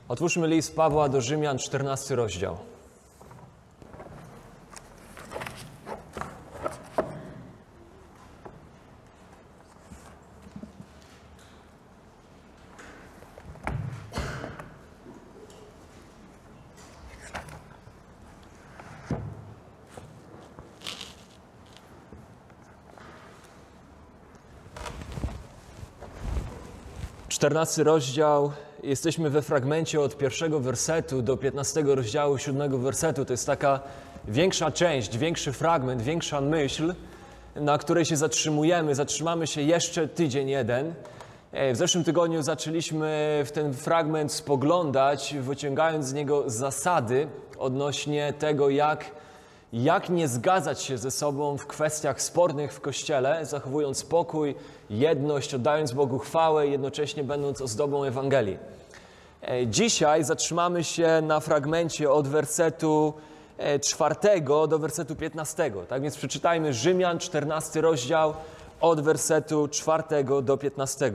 Otwórzmy list Pawła do Rzymian, 14 rozdział. Czternasty rozdział, jesteśmy we fragmencie od 1 wersetu do 15 rozdziału 7 wersetu. To jest taka większa część, większy fragment, większa myśl, na której się zatrzymujemy. Zatrzymamy się jeszcze tydzień jeden. W zeszłym tygodniu zaczęliśmy w ten fragment spoglądać, wyciągając z niego zasady odnośnie tego, jak nie zgadzać się ze sobą w kwestiach spornych w Kościele, zachowując spokój, jedność, oddając Bogu chwałę i jednocześnie będąc ozdobą Ewangelii. Dzisiaj zatrzymamy się na fragmencie od wersetu 4 do wersetu 15. Tak więc przeczytajmy Rzymian, 14 rozdział, od wersetu 4 do 15.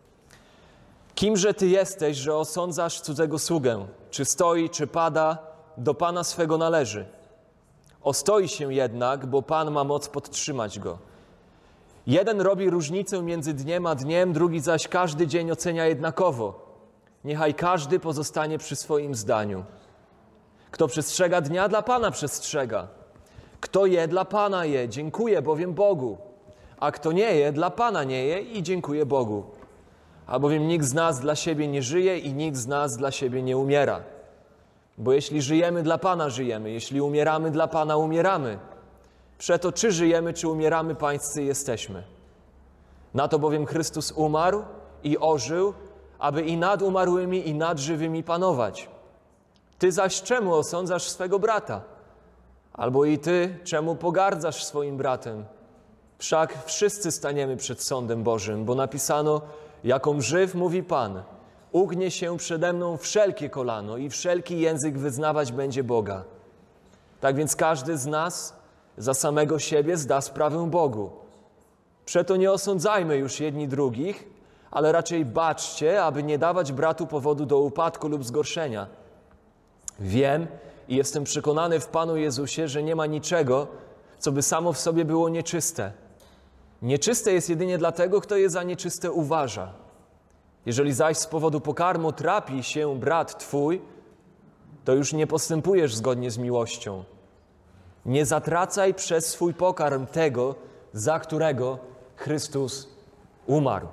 Kimże Ty jesteś, że osądzasz cudzego sługę? Czy stoi, czy pada, do Pana swego należy. Ostoi się jednak, bo Pan ma moc podtrzymać go. Jeden robi różnicę między dniem a dniem, drugi zaś każdy dzień ocenia jednakowo. Niechaj każdy pozostanie przy swoim zdaniu. Kto przestrzega dnia, dla Pana przestrzega. Kto je, dla Pana je, dziękuję bowiem Bogu. A kto nie je, dla Pana nie je i dziękuję Bogu. Albowiem nikt z nas dla siebie nie żyje i nikt z nas dla siebie nie umiera. Bo jeśli żyjemy, dla Pana żyjemy, jeśli umieramy, dla Pana umieramy. Przeto czy żyjemy, czy umieramy, pańscy jesteśmy. Na to bowiem Chrystus umarł i ożył, aby i nad umarłymi, i nad żywymi panować. Ty zaś czemu osądzasz swego brata? Albo i ty, czemu pogardzasz swoim bratem? Wszak wszyscy staniemy przed sądem Bożym, bo napisano, jakom żyw mówi Pan, ugnie się przede mną wszelkie kolano i wszelki język wyznawać będzie Boga. Tak więc każdy z nas za samego siebie zda sprawę Bogu. Przeto nie osądzajmy już jedni drugich, ale raczej baczcie, aby nie dawać bratu powodu do upadku lub zgorszenia. Wiem i jestem przekonany w Panu Jezusie, że nie ma niczego, co by samo w sobie było nieczyste. Nieczyste jest jedynie dlatego, kto je za nieczyste uważa. Jeżeli zaś z powodu pokarmu trapi się brat twój, to już nie postępujesz zgodnie z miłością. Nie zatracaj przez swój pokarm tego, za którego Chrystus umarł.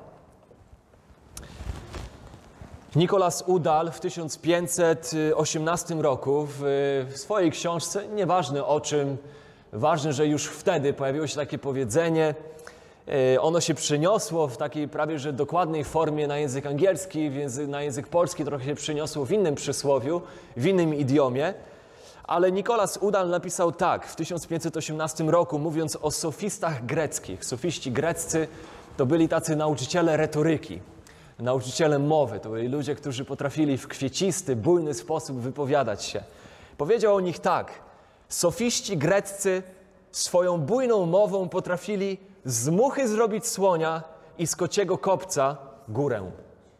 Nicolas Udall w 1518 roku w swojej książce, nieważne o czym, ważne, że już wtedy pojawiło się takie powiedzenie, ono się przeniosło w takiej prawie że dokładnej formie na język angielski, na język polski trochę się przeniosło w innym przysłowiu, w innym idiomie, ale Nicolas Udall napisał tak w 1518 roku, mówiąc o sofistach greckich. Sofiści greccy to byli tacy nauczyciele retoryki, nauczyciele mowy, to byli ludzie, którzy potrafili w kwiecisty, bujny sposób wypowiadać się. Powiedział o nich tak: sofiści greccy swoją bujną mową potrafili z muchy zrobić słonia i z kociego kopca górę.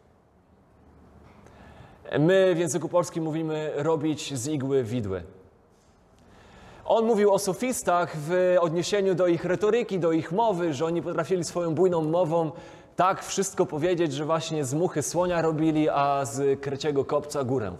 My w języku polskim mówimy robić z igły widły. On mówił o sofistach w odniesieniu do ich retoryki, do ich mowy, że oni potrafili swoją bujną mową tak wszystko powiedzieć, że właśnie z muchy słonia robili, a z kreciego kopca górę.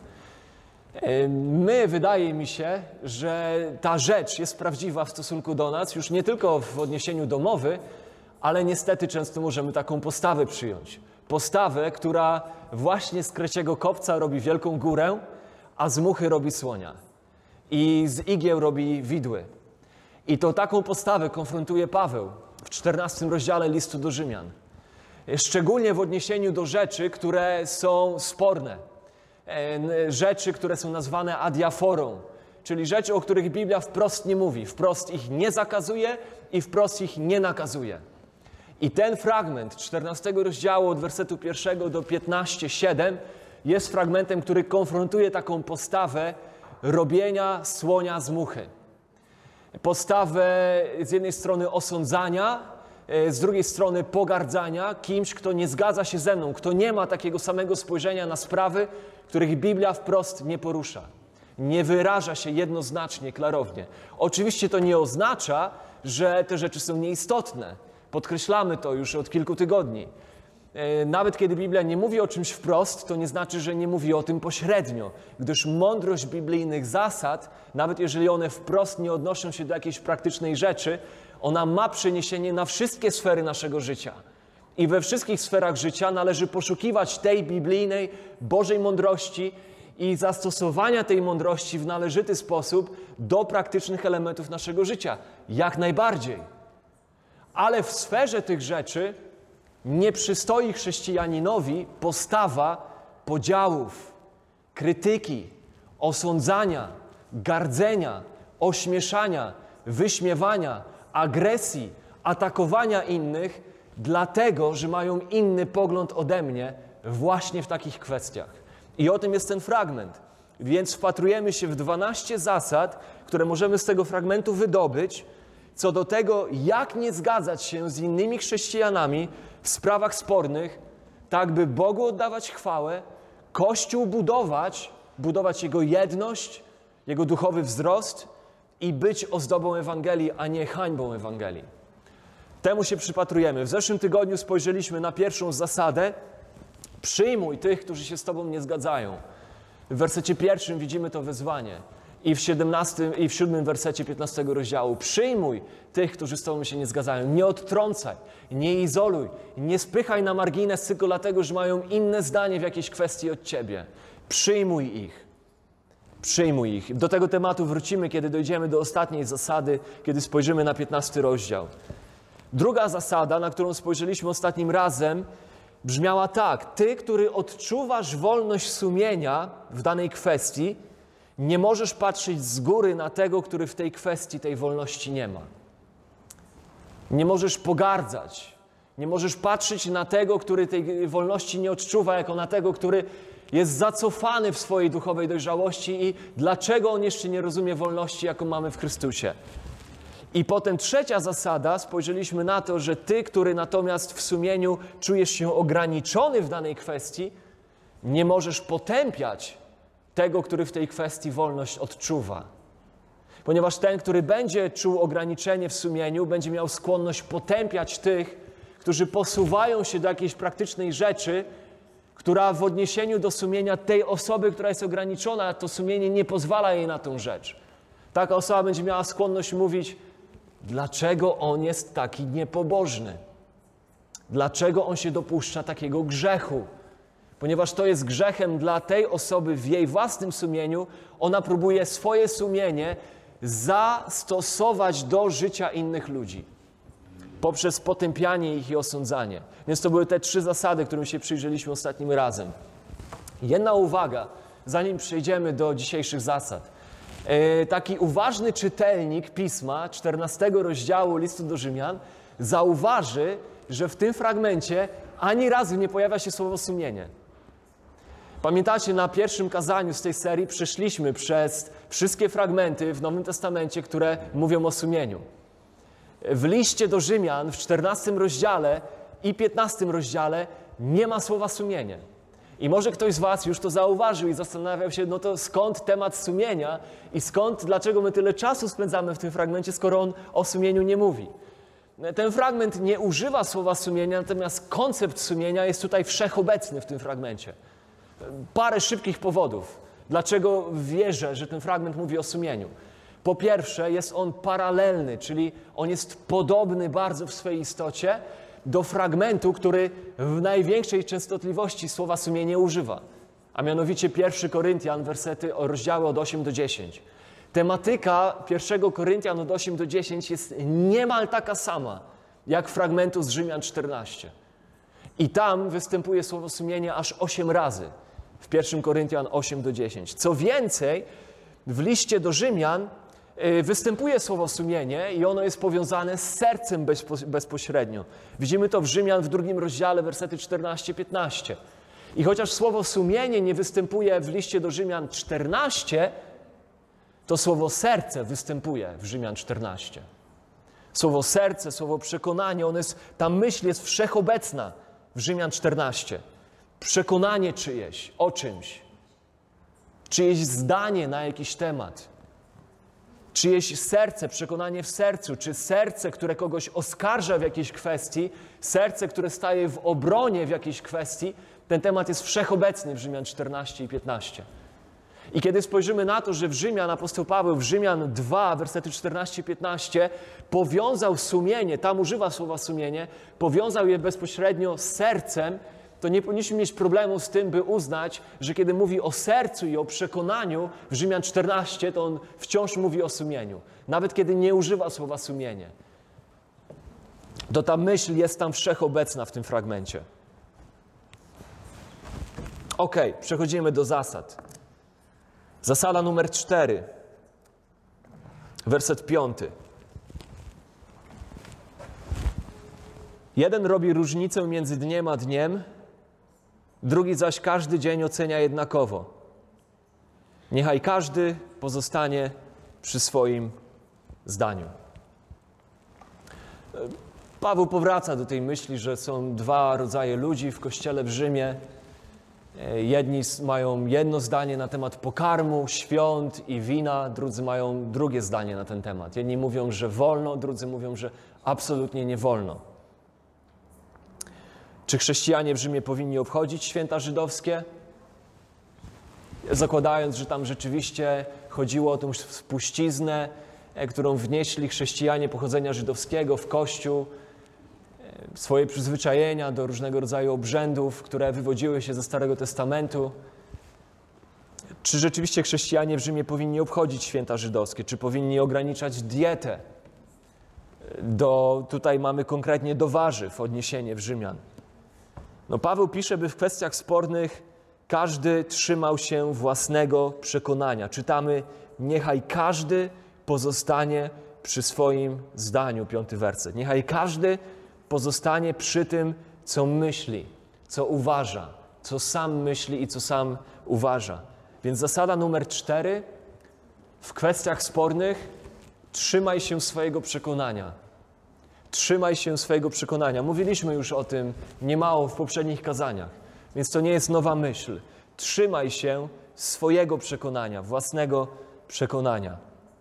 Wydaje mi się, że ta rzecz jest prawdziwa w stosunku do nas, już nie tylko w odniesieniu do mowy, ale niestety często możemy taką postawę przyjąć. Postawę, która właśnie z kreciego kopca robi wielką górę, a z muchy robi słonia. I z igieł robi widły. I to taką postawę konfrontuje Paweł w 14 rozdziale listu do Rzymian. Szczególnie w odniesieniu do rzeczy, które są sporne. Rzeczy, które są nazwane adiaforą, czyli rzeczy, o których Biblia wprost nie mówi, wprost ich nie zakazuje i wprost ich nie nakazuje. I ten fragment 14 rozdziału od wersetu 1 do 15:7 jest fragmentem, który konfrontuje taką postawę robienia słonia z muchy. Postawę z jednej strony osądzania, z drugiej strony pogardzania kimś, kto nie zgadza się ze mną, kto nie ma takiego samego spojrzenia na sprawy, których Biblia wprost nie porusza. Nie wyraża się jednoznacznie, klarownie. Oczywiście to nie oznacza, że te rzeczy są nieistotne. Podkreślamy to już od kilku tygodni. Nawet kiedy Biblia nie mówi o czymś wprost, to nie znaczy, że nie mówi o tym pośrednio, gdyż mądrość biblijnych zasad, nawet jeżeli one wprost nie odnoszą się do jakiejś praktycznej rzeczy, ona ma przeniesienie na wszystkie sfery naszego życia. I we wszystkich sferach życia należy poszukiwać tej biblijnej, Bożej mądrości i zastosowania tej mądrości w należyty sposób do praktycznych elementów naszego życia. Jak najbardziej. Ale w sferze tych rzeczy nie przystoi chrześcijaninowi postawa podziałów, krytyki, osądzania, gardzenia, ośmieszania, wyśmiewania, agresji, atakowania innych, dlatego, że mają inny pogląd ode mnie właśnie w takich kwestiach. I o tym jest ten fragment. Więc wpatrujemy się w 12 zasad, które możemy z tego fragmentu wydobyć, co do tego, jak nie zgadzać się z innymi chrześcijanami w sprawach spornych, tak by Bogu oddawać chwałę, Kościół budować Jego jedność, Jego duchowy wzrost i być ozdobą Ewangelii, a nie hańbą Ewangelii. Temu się przypatrujemy. W zeszłym tygodniu spojrzeliśmy na pierwszą zasadę: przyjmuj tych, którzy się z Tobą nie zgadzają. W wersecie 1 widzimy to wezwanie i w 17 i w 7 wersecie 15 rozdziału. Przyjmuj tych, którzy z Tobą się nie zgadzają. Nie odtrącaj, nie izoluj, nie spychaj na margines tylko dlatego, że mają inne zdanie w jakiejś kwestii od Ciebie. Przyjmuj ich. Przyjmuj ich. Do tego tematu wrócimy, kiedy dojdziemy do ostatniej zasady, kiedy spojrzymy na 15 rozdział. Druga zasada, na którą spojrzeliśmy ostatnim razem, brzmiała tak: ty, który odczuwasz wolność sumienia w danej kwestii, nie możesz patrzeć z góry na tego, który w tej kwestii tej wolności nie ma. Nie możesz pogardzać, nie możesz patrzeć na tego, który tej wolności nie odczuwa, jako na tego, który jest zacofany w swojej duchowej dojrzałości i dlaczego on jeszcze nie rozumie wolności, jaką mamy w Chrystusie. I potem trzecia zasada, spojrzeliśmy na to, że ty, który natomiast w sumieniu czujesz się ograniczony w danej kwestii, nie możesz potępiać tego, który w tej kwestii wolność odczuwa. Ponieważ ten, który będzie czuł ograniczenie w sumieniu, będzie miał skłonność potępiać tych, którzy posuwają się do jakiejś praktycznej rzeczy, która w odniesieniu do sumienia tej osoby, która jest ograniczona, to sumienie nie pozwala jej na tą rzecz. Taka osoba będzie miała skłonność mówić: dlaczego on jest taki niepobożny? Dlaczego on się dopuszcza takiego grzechu? Ponieważ to jest grzechem dla tej osoby w jej własnym sumieniu, ona próbuje swoje sumienie zastosować do życia innych ludzi poprzez potępianie ich i osądzanie. Więc to były te 3 zasady, którym się przyjrzeliśmy ostatnim razem. Jedna uwaga, zanim przejdziemy do dzisiejszych zasad. Taki uważny czytelnik Pisma, 14 rozdziału listu do Rzymian, zauważy, że w tym fragmencie ani razu nie pojawia się słowo sumienie. Pamiętacie, na pierwszym kazaniu z tej serii przeszliśmy przez wszystkie fragmenty w Nowym Testamencie, które mówią o sumieniu. W liście do Rzymian w 14 rozdziale i 15 rozdziale nie ma słowa sumienie. I może ktoś z Was już to zauważył i zastanawiał się, no to skąd temat sumienia i dlaczego my tyle czasu spędzamy w tym fragmencie, skoro on o sumieniu nie mówi. Ten fragment nie używa słowa sumienia, natomiast koncept sumienia jest tutaj wszechobecny w tym fragmencie. Parę szybkich powodów, dlaczego wierzę, że ten fragment mówi o sumieniu. Po pierwsze, jest on paralelny, czyli on jest podobny bardzo w swojej istocie do fragmentu, który w największej częstotliwości słowa sumienie używa. A mianowicie 1 Koryntian, rozdziały od 8 do 10. Tematyka 1 Koryntian od 8 do 10 jest niemal taka sama, jak fragmentu z Rzymian 14. I tam występuje słowo sumienie aż 8 razy w 1 Koryntian 8 do 10. Co więcej, w liście do Rzymian występuje słowo sumienie i ono jest powiązane z sercem bezpośrednio. Widzimy to w Rzymian w 2 rozdziale, wersety 14-15. I chociaż słowo sumienie nie występuje w liście do Rzymian 14, to słowo serce występuje w Rzymian 14. Słowo serce, słowo przekonanie, ta myśl jest wszechobecna w Rzymian 14. Przekonanie czyjeś o czymś, czyjeś zdanie na jakiś temat, czyjeś serce, przekonanie w sercu, czy serce, które kogoś oskarża w jakiejś kwestii, serce, które staje w obronie w jakiejś kwestii, ten temat jest wszechobecny w Rzymian 14 i 15. I kiedy spojrzymy na to, że w Rzymian, apostoł Paweł w Rzymian 2, wersety 14 i 15 powiązał sumienie, tam używa słowa sumienie, powiązał je bezpośrednio z sercem, to nie powinniśmy mieć problemu z tym, by uznać, że kiedy mówi o sercu i o przekonaniu w Rzymian 14, to on wciąż mówi o sumieniu. Nawet kiedy nie używa słowa sumienie. To ta myśl jest tam wszechobecna w tym fragmencie. Okej, przechodzimy do zasad. Zasada numer 4, werset 5. Jeden robi różnicę między dniem a dniem, drugi zaś każdy dzień ocenia jednakowo. Niechaj każdy pozostanie przy swoim zdaniu. Paweł powraca do tej myśli, że są dwa rodzaje ludzi w Kościele w Rzymie. Jedni mają jedno zdanie na temat pokarmu, świąt i wina, drudzy mają drugie zdanie na ten temat. Jedni mówią, że wolno, drudzy mówią, że absolutnie nie wolno. Czy chrześcijanie w Rzymie powinni obchodzić święta żydowskie? Zakładając, że tam rzeczywiście chodziło o tę spuściznę, którą wnieśli chrześcijanie pochodzenia żydowskiego w Kościół, swoje przyzwyczajenia do różnego rodzaju obrzędów, które wywodziły się ze Starego Testamentu. Czy rzeczywiście chrześcijanie w Rzymie powinni obchodzić święta żydowskie? Czy powinni ograniczać dietę? Tutaj mamy konkretnie do warzyw odniesienie w Rzymian. Paweł pisze, by w kwestiach spornych każdy trzymał się własnego przekonania. Czytamy, niechaj każdy pozostanie przy swoim zdaniu, 5 werset. Niechaj każdy pozostanie przy tym, co myśli, co uważa, co sam myśli i co sam uważa. Więc zasada numer 4, w kwestiach spornych trzymaj się swojego przekonania. Trzymaj się swojego przekonania. Mówiliśmy już o tym niemało w poprzednich kazaniach, więc to nie jest nowa myśl. Trzymaj się swojego przekonania, własnego przekonania.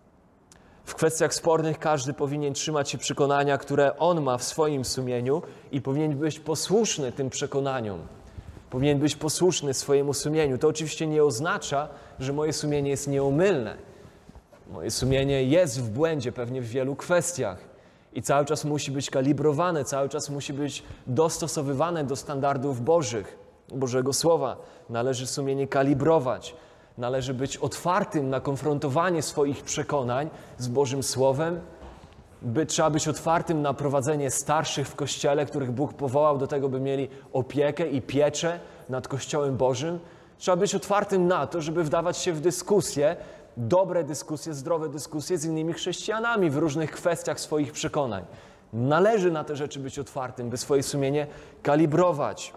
W kwestiach spornych każdy powinien trzymać się przekonania, które on ma w swoim sumieniu i powinien być posłuszny tym przekonaniom. Powinien być posłuszny swojemu sumieniu. To oczywiście nie oznacza, że moje sumienie jest nieomylne. Moje sumienie jest w błędzie pewnie w wielu kwestiach i cały czas musi być kalibrowane, cały czas musi być dostosowywane do standardów Bożego Słowa. Należy sumienie kalibrować. Należy być otwartym na konfrontowanie swoich przekonań z Bożym Słowem. Trzeba być otwartym na prowadzenie starszych w Kościele, których Bóg powołał do tego, by mieli opiekę i pieczę nad Kościołem Bożym. Trzeba być otwartym na to, żeby wdawać się w dyskusje, dobre dyskusje, zdrowe dyskusje z innymi chrześcijanami w różnych kwestiach swoich przekonań. Należy na te rzeczy być otwartym, by swoje sumienie kalibrować.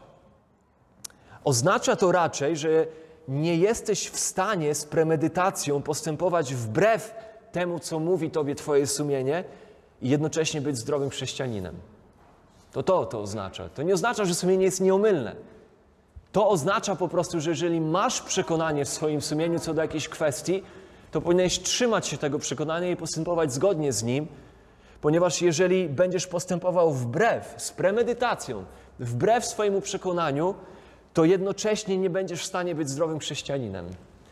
Oznacza to raczej, że nie jesteś w stanie z premedytacją postępować wbrew temu, co mówi tobie twoje sumienie i jednocześnie być zdrowym chrześcijaninem. To oznacza. To nie oznacza, że sumienie jest nieomylne. To oznacza po prostu, że jeżeli masz przekonanie w swoim sumieniu co do jakiejś kwestii, to powinieneś trzymać się tego przekonania i postępować zgodnie z nim, ponieważ jeżeli będziesz postępował z premedytacją, wbrew swojemu przekonaniu, to jednocześnie nie będziesz w stanie być zdrowym chrześcijaninem.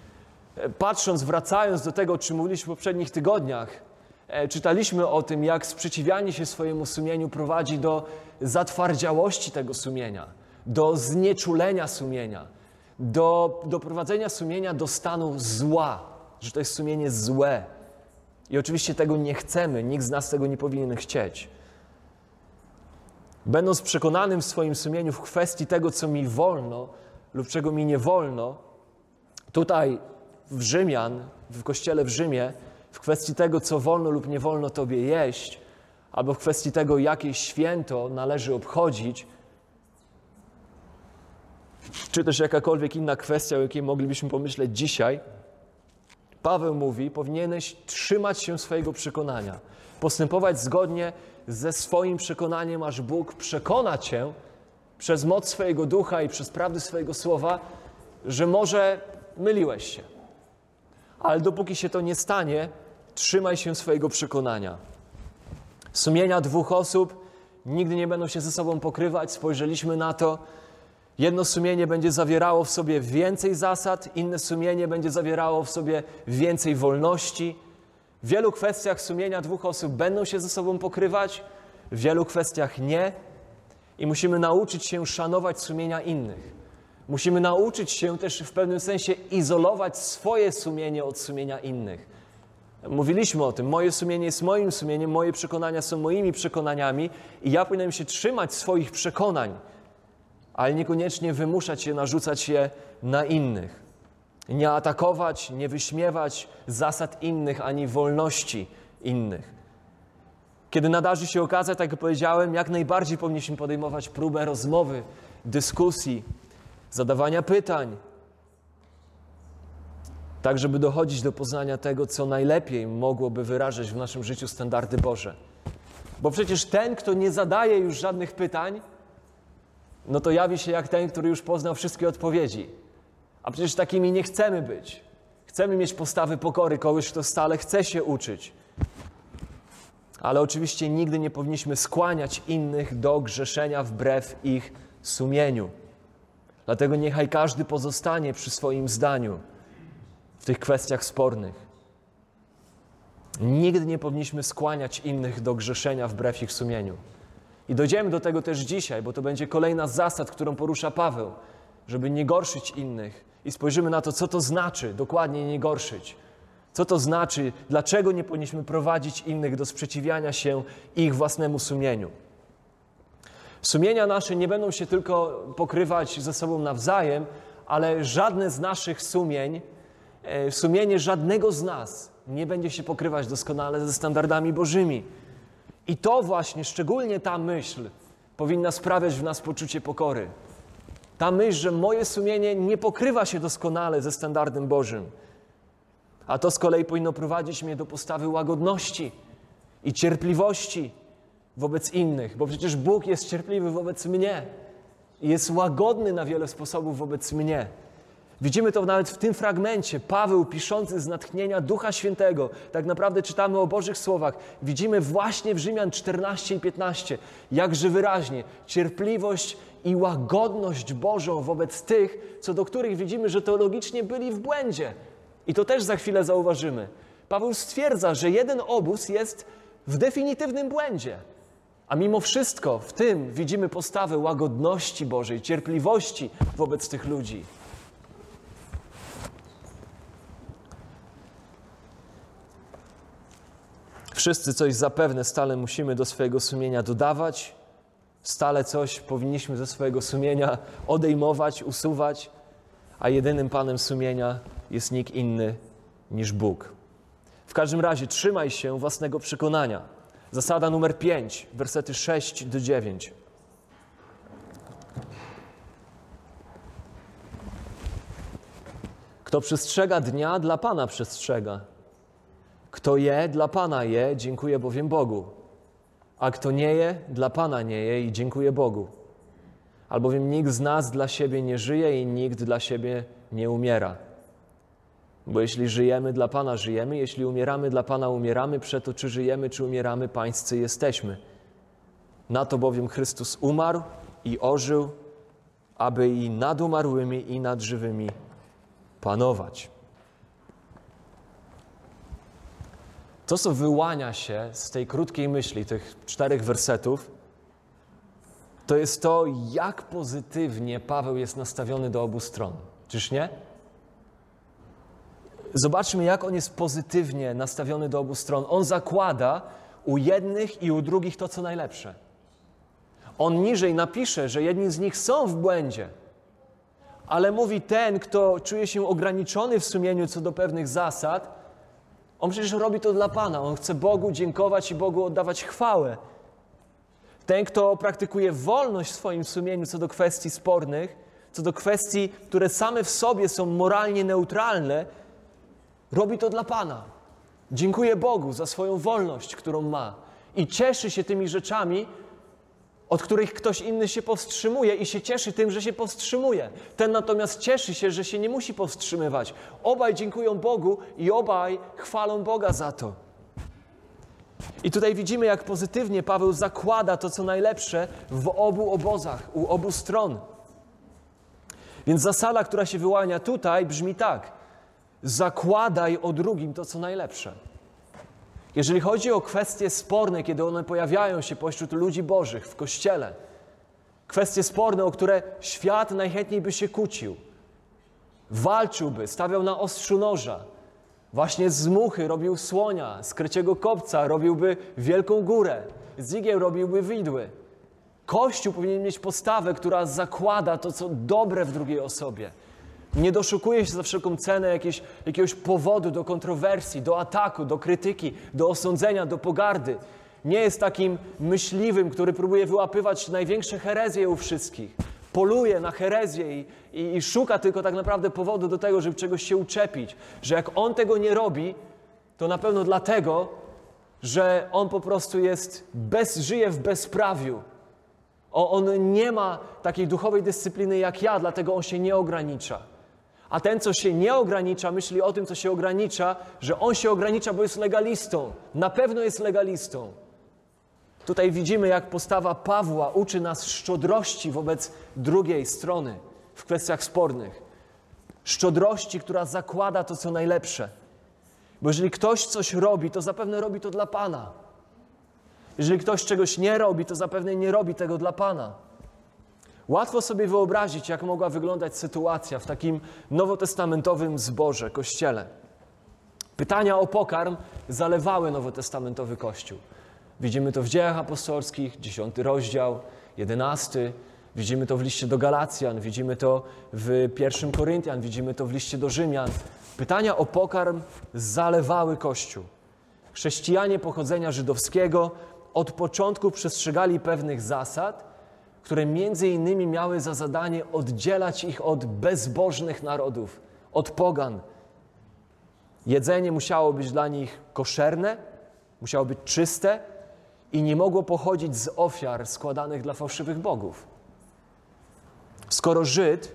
Wracając do tego, o czym mówiliśmy w poprzednich tygodniach, czytaliśmy o tym, jak sprzeciwianie się swojemu sumieniu prowadzi do zatwardziałości tego sumienia, do znieczulenia sumienia, do doprowadzenia sumienia do stanu zła, że to jest sumienie złe. I oczywiście tego nie chcemy, nikt z nas tego nie powinien chcieć. Będąc przekonanym w swoim sumieniu w kwestii tego, co mi wolno lub czego mi nie wolno, tutaj w Rzymian, w Kościele w Rzymie, w kwestii tego, co wolno lub nie wolno tobie jeść, albo w kwestii tego, jakie święto należy obchodzić, czy też jakakolwiek inna kwestia, o jakiej moglibyśmy pomyśleć dzisiaj, Paweł mówi, powinieneś trzymać się swojego przekonania. Postępować zgodnie ze swoim przekonaniem, aż Bóg przekona cię przez moc swojego ducha i przez prawdy swojego słowa, że może myliłeś się. Ale dopóki się to nie stanie, trzymaj się swojego przekonania. Sumienia dwóch osób nigdy nie będą się ze sobą pokrywać. Spojrzeliśmy na to. Jedno sumienie będzie zawierało w sobie więcej zasad, inne sumienie będzie zawierało w sobie więcej wolności. W wielu kwestiach sumienia dwóch osób będą się ze sobą pokrywać, w wielu kwestiach nie. I musimy nauczyć się szanować sumienia innych. Musimy nauczyć się też w pewnym sensie izolować swoje sumienie od sumienia innych. Mówiliśmy o tym, moje sumienie jest moim sumieniem, moje przekonania są moimi przekonaniami i ja powinienem się trzymać swoich przekonań, ale niekoniecznie wymuszać je, narzucać je na innych. Nie atakować, nie wyśmiewać zasad innych, ani wolności innych. Kiedy nadarzy się okazja, tak jak powiedziałem, jak najbardziej powinniśmy podejmować próbę rozmowy, dyskusji, zadawania pytań, tak żeby dochodzić do poznania tego, co najlepiej mogłoby wyrażać w naszym życiu standardy Boże. Bo przecież ten, kto nie zadaje już żadnych pytań, no to jawi się jak ten, który już poznał wszystkie odpowiedzi. A przecież takimi nie chcemy być. Chcemy mieć postawy pokory, kogoś, kto stale chce się uczyć. Ale oczywiście nigdy nie powinniśmy skłaniać innych do grzeszenia wbrew ich sumieniu. Dlatego niechaj każdy pozostanie przy swoim zdaniu w tych kwestiach spornych. Nigdy nie powinniśmy skłaniać innych do grzeszenia wbrew ich sumieniu. I dojdziemy do tego też dzisiaj, bo to będzie kolejna z zasad, którą porusza Paweł, żeby nie gorszyć innych. I spojrzymy na to, co to znaczy dokładnie nie gorszyć. Co to znaczy, dlaczego nie powinniśmy prowadzić innych do sprzeciwiania się ich własnemu sumieniu. Sumienia nasze nie będą się tylko pokrywać ze sobą nawzajem, ale żadne z naszych sumień, sumienie żadnego z nas nie będzie się pokrywać doskonale ze standardami Bożymi. I to właśnie, szczególnie ta myśl powinna sprawiać w nas poczucie pokory. Ta myśl, że moje sumienie nie pokrywa się doskonale ze standardem Bożym. A to z kolei powinno prowadzić mnie do postawy łagodności i cierpliwości wobec innych, bo przecież Bóg jest cierpliwy wobec mnie i jest łagodny na wiele sposobów wobec mnie. Widzimy to nawet w tym fragmencie. Paweł, piszący z natchnienia Ducha Świętego, tak naprawdę czytamy o Bożych słowach. Widzimy właśnie w Rzymian 14 i 15, jakże wyraźnie cierpliwość i łagodność Bożą wobec tych, co do których widzimy, że teologicznie byli w błędzie. I to też za chwilę zauważymy. Paweł stwierdza, że jeden obóz jest w definitywnym błędzie. A mimo wszystko w tym widzimy postawę łagodności Bożej, cierpliwości wobec tych ludzi. Wszyscy coś zapewne stale musimy do swojego sumienia dodawać, stale coś powinniśmy ze swojego sumienia odejmować, usuwać, a jedynym Panem sumienia jest nikt inny niż Bóg. W każdym razie trzymaj się własnego przekonania. Zasada numer 5, wersety 6 do 9. Kto przestrzega dnia, dla Pana przestrzega. Kto je, dla Pana je, dziękuję bowiem Bogu. A kto nie je, dla Pana nie je i dziękuję Bogu. Albowiem nikt z nas dla siebie nie żyje i nikt dla siebie nie umiera. Bo jeśli żyjemy, dla Pana żyjemy, jeśli umieramy, dla Pana umieramy, przeto czy żyjemy, czy umieramy, pańscy jesteśmy. Na to bowiem Chrystus umarł i ożył, aby i nad umarłymi, i nad żywymi panować. To, co wyłania się z tej krótkiej myśli, tych 4 wersetów, to jest to, jak pozytywnie Paweł jest nastawiony do obu stron. Czyż nie? Zobaczmy, jak on jest pozytywnie nastawiony do obu stron. On zakłada u jednych i u drugich to, co najlepsze. On niżej napisze, że jedni z nich są w błędzie, ale mówi ten, kto czuje się ograniczony w sumieniu co do pewnych zasad, on przecież robi to dla Pana. On chce Bogu dziękować i Bogu oddawać chwałę. Ten, kto praktykuje wolność w swoim sumieniu co do kwestii spornych, co do kwestii, które same w sobie są moralnie neutralne, robi to dla Pana. Dziękuje Bogu za swoją wolność, którą ma i cieszy się tymi rzeczami, od których ktoś inny się powstrzymuje i się cieszy tym, że się powstrzymuje. Ten natomiast cieszy się, że się nie musi powstrzymywać. Obaj dziękują Bogu i obaj chwalą Boga za to. I tutaj widzimy, jak pozytywnie Paweł zakłada to, co najlepsze w obu obozach, u obu stron. Więc zasada, która się wyłania tutaj, brzmi tak. Zakładaj o drugim to, co najlepsze. Jeżeli chodzi o kwestie sporne, kiedy one pojawiają się pośród ludzi bożych w Kościele, kwestie sporne, o które świat najchętniej by się kłócił, walczyłby, stawiał na ostrzu noża, właśnie z muchy robił słonia, z kryciego kopca robiłby wielką górę, z igieł robiłby widły. Kościół powinien mieć postawę, która zakłada to, co dobre w drugiej osobie. Nie doszukuje się za wszelką cenę jakiegoś powodu do kontrowersji, do ataku, do krytyki, do osądzenia, do pogardy. Nie jest takim myśliwym, który próbuje wyłapywać największe herezje u wszystkich. Poluje na herezję i szuka tylko tak naprawdę powodu do tego, żeby czegoś się uczepić. Że jak on tego nie robi, to na pewno dlatego, że on po prostu żyje w bezprawiu. On nie ma takiej duchowej dyscypliny jak ja, dlatego on się nie ogranicza. A ten, co się nie ogranicza, myśli o tym, co się ogranicza, że on się ogranicza, bo jest legalistą. Na pewno jest legalistą. Tutaj widzimy, jak postawa Pawła uczy nas szczodrości wobec drugiej strony w kwestiach spornych. Szczodrości, która zakłada to, co najlepsze. Bo jeżeli ktoś coś robi, to zapewne robi to dla Pana. Jeżeli ktoś czegoś nie robi, to zapewne nie robi tego dla Pana. Łatwo sobie wyobrazić, jak mogła wyglądać sytuacja w takim nowotestamentowym zborze, kościele. Pytania o pokarm zalewały nowotestamentowy kościół. Widzimy to w Dziejach Apostolskich, 10 rozdział, 11. Widzimy to w liście do Galacjan, widzimy to w 1 Koryntian, widzimy to w liście do Rzymian. Pytania o pokarm zalewały kościół. Chrześcijanie pochodzenia żydowskiego od początku przestrzegali pewnych zasad, które między innymi miały za zadanie oddzielać ich od bezbożnych narodów, od pogan. Jedzenie musiało być dla nich koszerne, musiało być czyste i nie mogło pochodzić z ofiar składanych dla fałszywych bogów. Skoro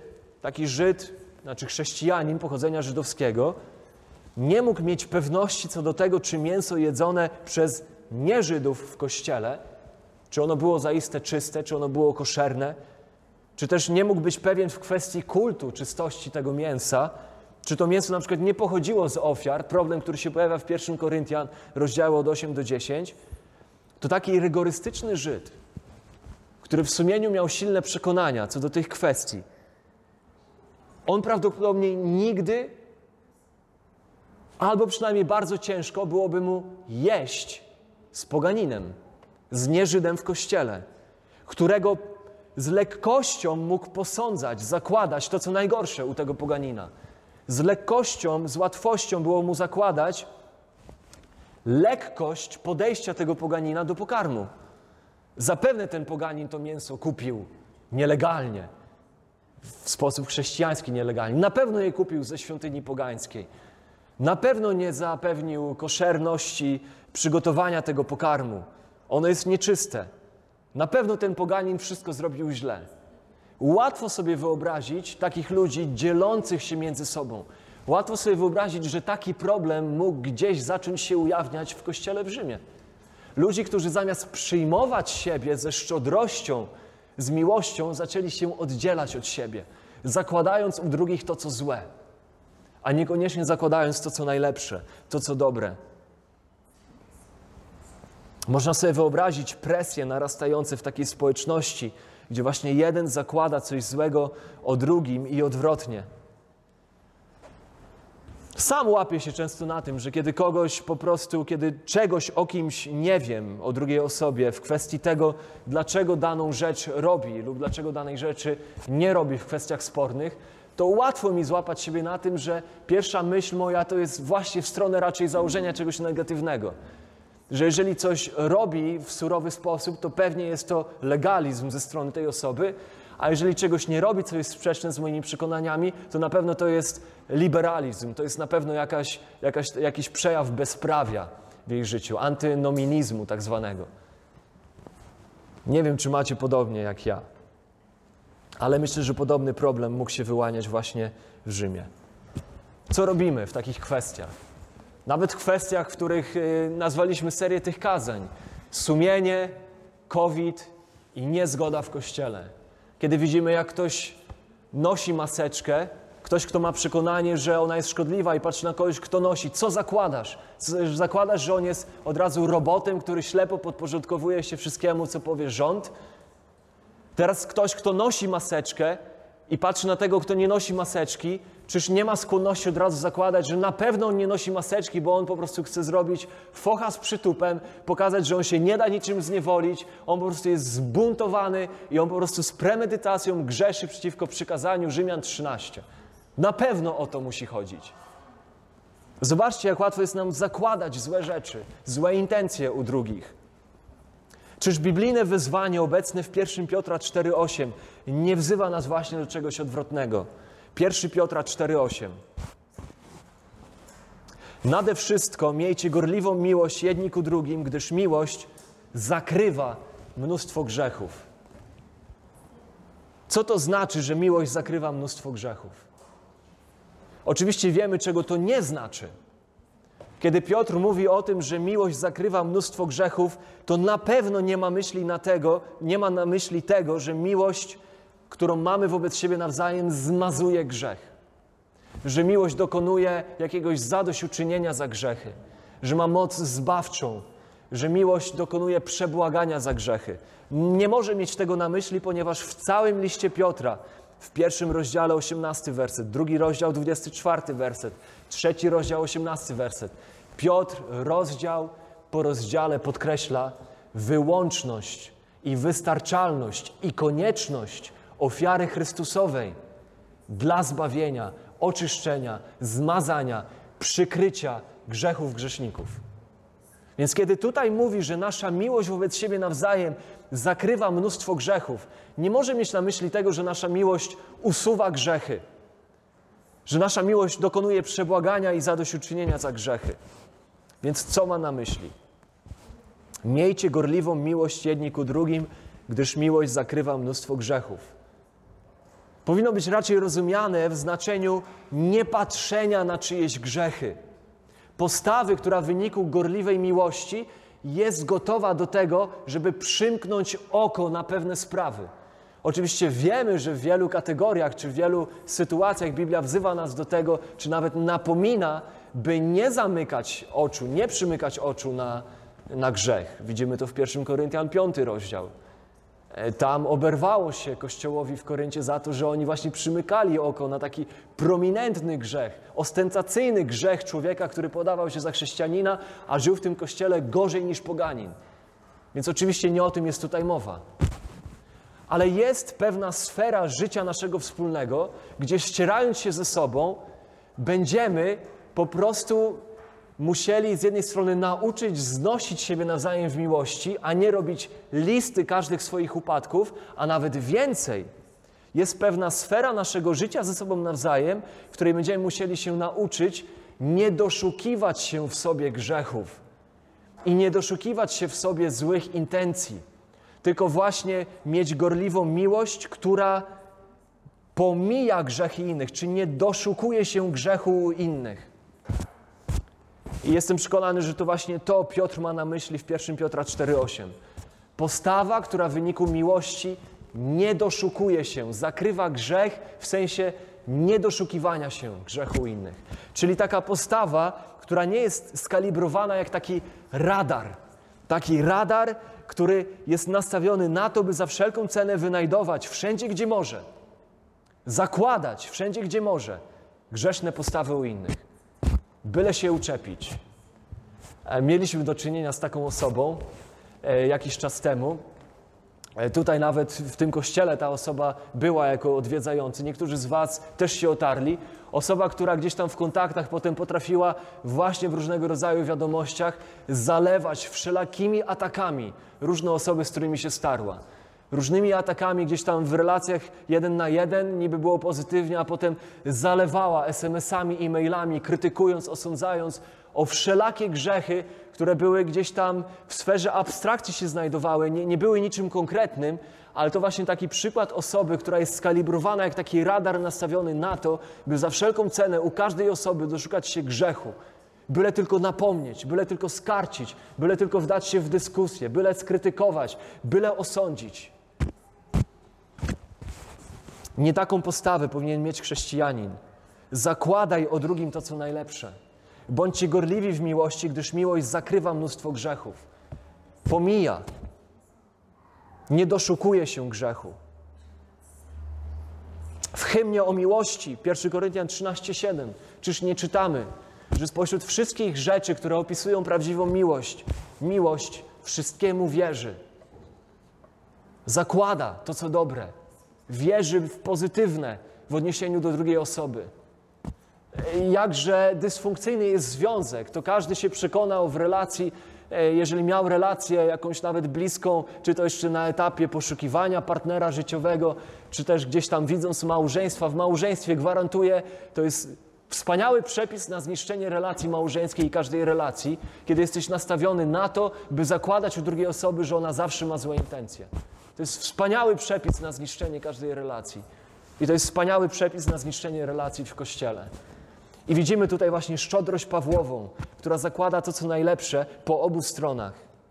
znaczy chrześcijanin pochodzenia żydowskiego, nie mógł mieć pewności co do tego, czy mięso jedzone przez nieżydów w kościele, czy ono było zaiste czyste, czy ono było koszerne, czy też nie mógł być pewien w kwestii kultu czystości tego mięsa, czy to mięso na przykład nie pochodziło z ofiar, problem, który się pojawia w 1 Koryntian, rozdziały od 8 do 10, to taki rygorystyczny Żyd, który w sumieniu miał silne przekonania co do tych kwestii, on prawdopodobnie nigdy, albo przynajmniej bardzo ciężko byłoby mu jeść z poganinem, z nieżydem w kościele, którego z lekkością mógł posądzać, zakładać to, co najgorsze u tego poganina. Z lekkością, z łatwością było mu zakładać lekkość podejścia tego poganina do pokarmu. Zapewne ten poganin to mięso kupił nielegalnie, w sposób chrześcijański nielegalnie. Na pewno je kupił ze świątyni pogańskiej. Na pewno nie zapewnił koszerności przygotowania tego pokarmu. Ono jest nieczyste. Na pewno ten poganin wszystko zrobił źle. Łatwo sobie wyobrazić takich ludzi dzielących się między sobą. Łatwo sobie wyobrazić, że taki problem mógł gdzieś zacząć się ujawniać w kościele w Rzymie. Ludzi, którzy zamiast przyjmować siebie ze szczodrością, z miłością, zaczęli się oddzielać od siebie, zakładając u drugich to, co złe, a niekoniecznie zakładając to, co najlepsze, to, co dobre. Można sobie wyobrazić presje narastające w takiej społeczności, gdzie właśnie jeden zakłada coś złego o drugim i odwrotnie. Sam łapię się często na tym, że kiedy kiedy czegoś o kimś nie wiem, o drugiej osobie, w kwestii tego, dlaczego daną rzecz robi lub dlaczego danej rzeczy nie robi w kwestiach spornych, to łatwo mi złapać siebie na tym, że pierwsza myśl moja to jest właśnie w stronę raczej założenia czegoś negatywnego. Że jeżeli coś robi w surowy sposób, to pewnie jest to legalizm ze strony tej osoby, A jeżeli czegoś nie robi, co jest sprzeczne z moimi przekonaniami, to na pewno to jest liberalizm, to jest na pewno jakiś przejaw bezprawia w jej życiu, antynominizmu tak zwanego. Nie wiem, czy macie podobnie jak ja, ale myślę, że podobny problem mógł się wyłaniać właśnie w Rzymie. Co robimy w takich kwestiach? Nawet w kwestiach, w których nazwaliśmy serię tych kazań. Sumienie, COVID i niezgoda w Kościele. Kiedy widzimy, jak ktoś nosi maseczkę, ktoś, kto ma przekonanie, że ona jest szkodliwa i patrzy na kogoś, kto nosi, co zakładasz? Zakładasz, że on jest od razu robotem, który ślepo podporządkowuje się wszystkiemu, co powie rząd? Teraz ktoś, kto nosi maseczkę i patrzy na tego, kto nie nosi maseczki, czyż nie ma skłonności od razu zakładać, że na pewno on nie nosi maseczki, bo on po prostu chce zrobić focha z przytupem, pokazać, że on się nie da niczym zniewolić, on po prostu jest zbuntowany i on po prostu z premedytacją grzeszy przeciwko przykazaniu Rzymian 13. Na pewno o to musi chodzić. Zobaczcie, jak łatwo jest nam zakładać złe rzeczy, złe intencje u drugich. Czyż biblijne wyzwanie obecne w 1 Piotra 4,8 nie wzywa nas właśnie do czegoś odwrotnego? 1 Piotra 4,8. Nade wszystko miejcie gorliwą miłość jedni ku drugim, gdyż miłość zakrywa mnóstwo grzechów. Co to znaczy, że miłość zakrywa mnóstwo grzechów? Oczywiście wiemy, czego to nie znaczy. Kiedy Piotr mówi o tym, że miłość zakrywa mnóstwo grzechów, to na pewno nie ma na myśli tego, że miłość, którą mamy wobec siebie nawzajem, zmazuje grzech. Że miłość dokonuje jakiegoś zadośćuczynienia za grzechy. Że ma moc zbawczą. Że miłość dokonuje przebłagania za grzechy. Nie może mieć tego na myśli, ponieważ w całym liście Piotra, w 1 rozdziale 18 werset, 2 rozdział 24 werset, 3 rozdział 18 werset, Piotr rozdział po rozdziale podkreśla wyłączność i wystarczalność i konieczność ofiary Chrystusowej dla zbawienia, oczyszczenia, zmazania, przykrycia grzechów grzeszników. Więc kiedy tutaj mówi, że nasza miłość wobec siebie nawzajem zakrywa mnóstwo grzechów, nie może mieć na myśli tego, że nasza miłość usuwa grzechy, że nasza miłość dokonuje przebłagania i zadośćuczynienia za grzechy. Więc co ma na myśli? Miejcie gorliwą miłość jedni ku drugim, gdyż miłość zakrywa mnóstwo grzechów. Powinno być raczej rozumiane w znaczeniu niepatrzenia na czyjeś grzechy. Postawy, która w wyniku gorliwej miłości jest gotowa do tego, żeby przymknąć oko na pewne sprawy. Oczywiście wiemy, że w wielu kategoriach czy w wielu sytuacjach Biblia wzywa nas do tego, czy nawet napomina, by nie zamykać oczu, nie przymykać oczu na grzech. Widzimy to w 1 Koryntian 5 rozdział. Tam oberwało się Kościołowi w Koryncie za to, że oni właśnie przymykali oko na taki prominentny grzech, ostentacyjny grzech człowieka, który podawał się za chrześcijanina, a żył w tym Kościele gorzej niż poganin. Więc oczywiście nie o tym jest tutaj mowa. Ale jest pewna sfera życia naszego wspólnego, gdzie ścierając się ze sobą, będziemy po prostu musieli z jednej strony nauczyć znosić siebie nawzajem w miłości, a nie robić listy każdych swoich upadków, a nawet więcej. Jest pewna sfera naszego życia ze sobą nawzajem, w której będziemy musieli się nauczyć nie doszukiwać się w sobie grzechów i nie doszukiwać się w sobie złych intencji, tylko właśnie mieć gorliwą miłość, która pomija grzechy innych, czy nie doszukuje się grzechu u innych. I jestem przekonany, że to właśnie to Piotr ma na myśli w 1 Piotra 4,8. Postawa, która w wyniku miłości nie doszukuje się, zakrywa grzech w sensie niedoszukiwania się grzechu innych. Czyli taka postawa, która nie jest skalibrowana jak taki radar. Taki radar, który jest nastawiony na to, by za wszelką cenę wynajdować wszędzie, gdzie może. Zakładać wszędzie, gdzie może grzeszne postawy u innych. Byle się uczepić. Mieliśmy do czynienia z taką osobą jakiś czas temu. Tutaj nawet w tym kościele ta osoba była jako odwiedzający. Niektórzy z was też się otarli. Osoba, która gdzieś tam w kontaktach potem potrafiła właśnie w różnego rodzaju wiadomościach zalewać wszelakimi atakami różne osoby, z którymi się starła. Różnymi atakami gdzieś tam w relacjach 1 na 1 niby było pozytywnie, a potem zalewała SMS-ami, e-mailami, krytykując, osądzając o wszelakie grzechy, które były gdzieś tam w sferze abstrakcji się znajdowały, nie były niczym konkretnym, ale to właśnie taki przykład osoby, która jest skalibrowana jak taki radar nastawiony na to, by za wszelką cenę u każdej osoby doszukać się grzechu. Byle tylko napomnieć, byle tylko skarcić, byle tylko wdać się w dyskusję, byle skrytykować, byle osądzić. Nie taką postawę powinien mieć chrześcijanin. Zakładaj o drugim to, co najlepsze. Bądźcie gorliwi w miłości, gdyż miłość zakrywa mnóstwo grzechów. Pomija. Nie doszukuje się grzechu. W hymnie o miłości, 1 Koryntian 13:7, czyż nie czytamy, że spośród wszystkich rzeczy, które opisują prawdziwą miłość, miłość wszystkiemu wierzy. Zakłada to, co dobre. Wierzy w pozytywne w odniesieniu do drugiej osoby. Jakże dysfunkcyjny jest związek, to każdy się przekonał w relacji, jeżeli miał relację jakąś nawet bliską, czy to jeszcze na etapie poszukiwania partnera życiowego, czy też gdzieś tam widząc małżeństwa, w małżeństwie gwarantuje, to jest wspaniały przepis na zniszczenie relacji małżeńskiej i każdej relacji, kiedy jesteś nastawiony na to, by zakładać u drugiej osoby, że ona zawsze ma złe intencje. To jest wspaniały przepis na zniszczenie każdej relacji. I to jest wspaniały przepis na zniszczenie relacji w Kościele. I widzimy tutaj właśnie szczodrość Pawłową, która zakłada to, co najlepsze po obu stronach.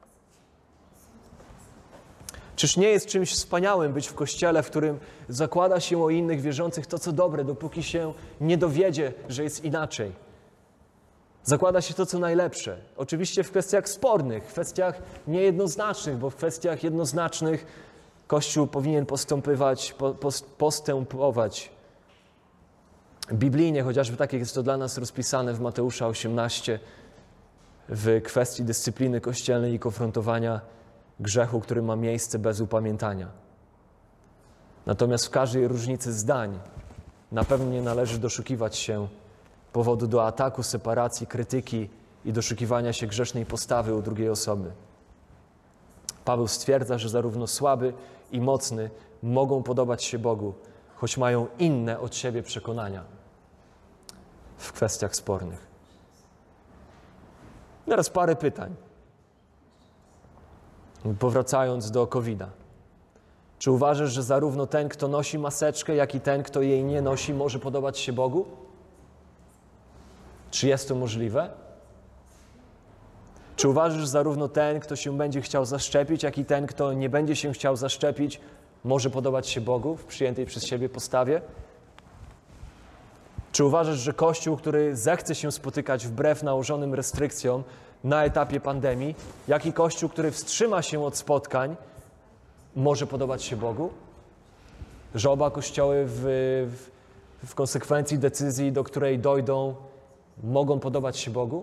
Czyż nie jest czymś wspaniałym być w Kościele, w którym zakłada się o innych wierzących to, co dobre, dopóki się nie dowiedzie, że jest inaczej. Zakłada się to, co najlepsze. Oczywiście w kwestiach spornych, w kwestiach niejednoznacznych, bo w kwestiach jednoznacznych Kościół powinien postępować biblijnie, chociażby tak jak jest to dla nas rozpisane w Mateusza 18 w kwestii dyscypliny kościelnej i konfrontowania grzechu, który ma miejsce bez upamiętania. Natomiast w każdej różnicy zdań na pewno nie należy doszukiwać się powodu do ataku, separacji, krytyki i doszukiwania się grzesznej postawy u drugiej osoby. Paweł stwierdza, że zarówno słaby i mocny mogą podobać się Bogu, choć mają inne od siebie przekonania w kwestiach spornych. Teraz parę pytań. Powracając do COVID-a. Czy uważasz, że zarówno ten, kto nosi maseczkę, jak i ten, kto jej nie nosi, może podobać się Bogu? Czy jest to możliwe? Czy uważasz, że zarówno ten, kto się będzie chciał zaszczepić, jak i ten, kto nie będzie się chciał zaszczepić, może podobać się Bogu w przyjętej przez siebie postawie? Czy uważasz, że Kościół, który zechce się spotykać wbrew nałożonym restrykcjom na etapie pandemii, jak i Kościół, który wstrzyma się od spotkań, może podobać się Bogu? Że oba kościoły w konsekwencji decyzji, do której dojdą, mogą podobać się Bogu?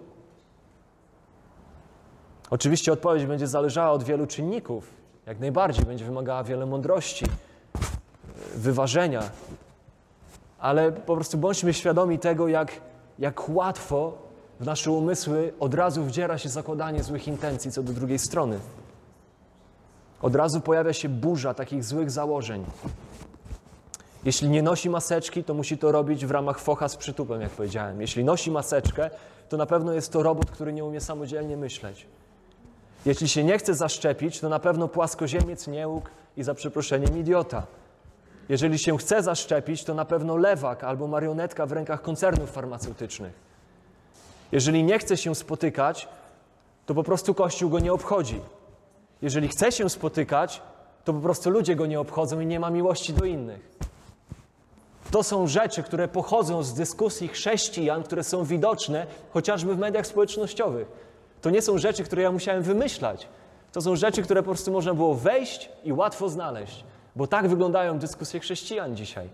Oczywiście odpowiedź będzie zależała od wielu czynników. Jak najbardziej będzie wymagała wiele mądrości, wyważenia. Ale po prostu bądźmy świadomi tego, jak łatwo w nasze umysły od razu wdziera się zakładanie złych intencji co do drugiej strony. Od razu pojawia się burza takich złych założeń. Jeśli nie nosi maseczki, to musi to robić w ramach focha z przytupem, jak powiedziałem. Jeśli nosi maseczkę, to na pewno jest to robot, który nie umie samodzielnie myśleć. Jeśli się nie chce zaszczepić, to na pewno płaskoziemiec, niełk i za przeproszeniem idiota. Jeżeli się chce zaszczepić, to na pewno lewak albo marionetka w rękach koncernów farmaceutycznych. Jeżeli nie chce się spotykać, to po prostu Kościół go nie obchodzi. Jeżeli chce się spotykać, to po prostu ludzie go nie obchodzą i nie ma miłości do innych. To są rzeczy, które pochodzą z dyskusji chrześcijan, które są widoczne chociażby w mediach społecznościowych. To nie są rzeczy, które ja musiałem wymyślać. To są rzeczy, które po prostu można było wejść i łatwo znaleźć. Bo tak wyglądają dyskusje chrześcijan dzisiaj.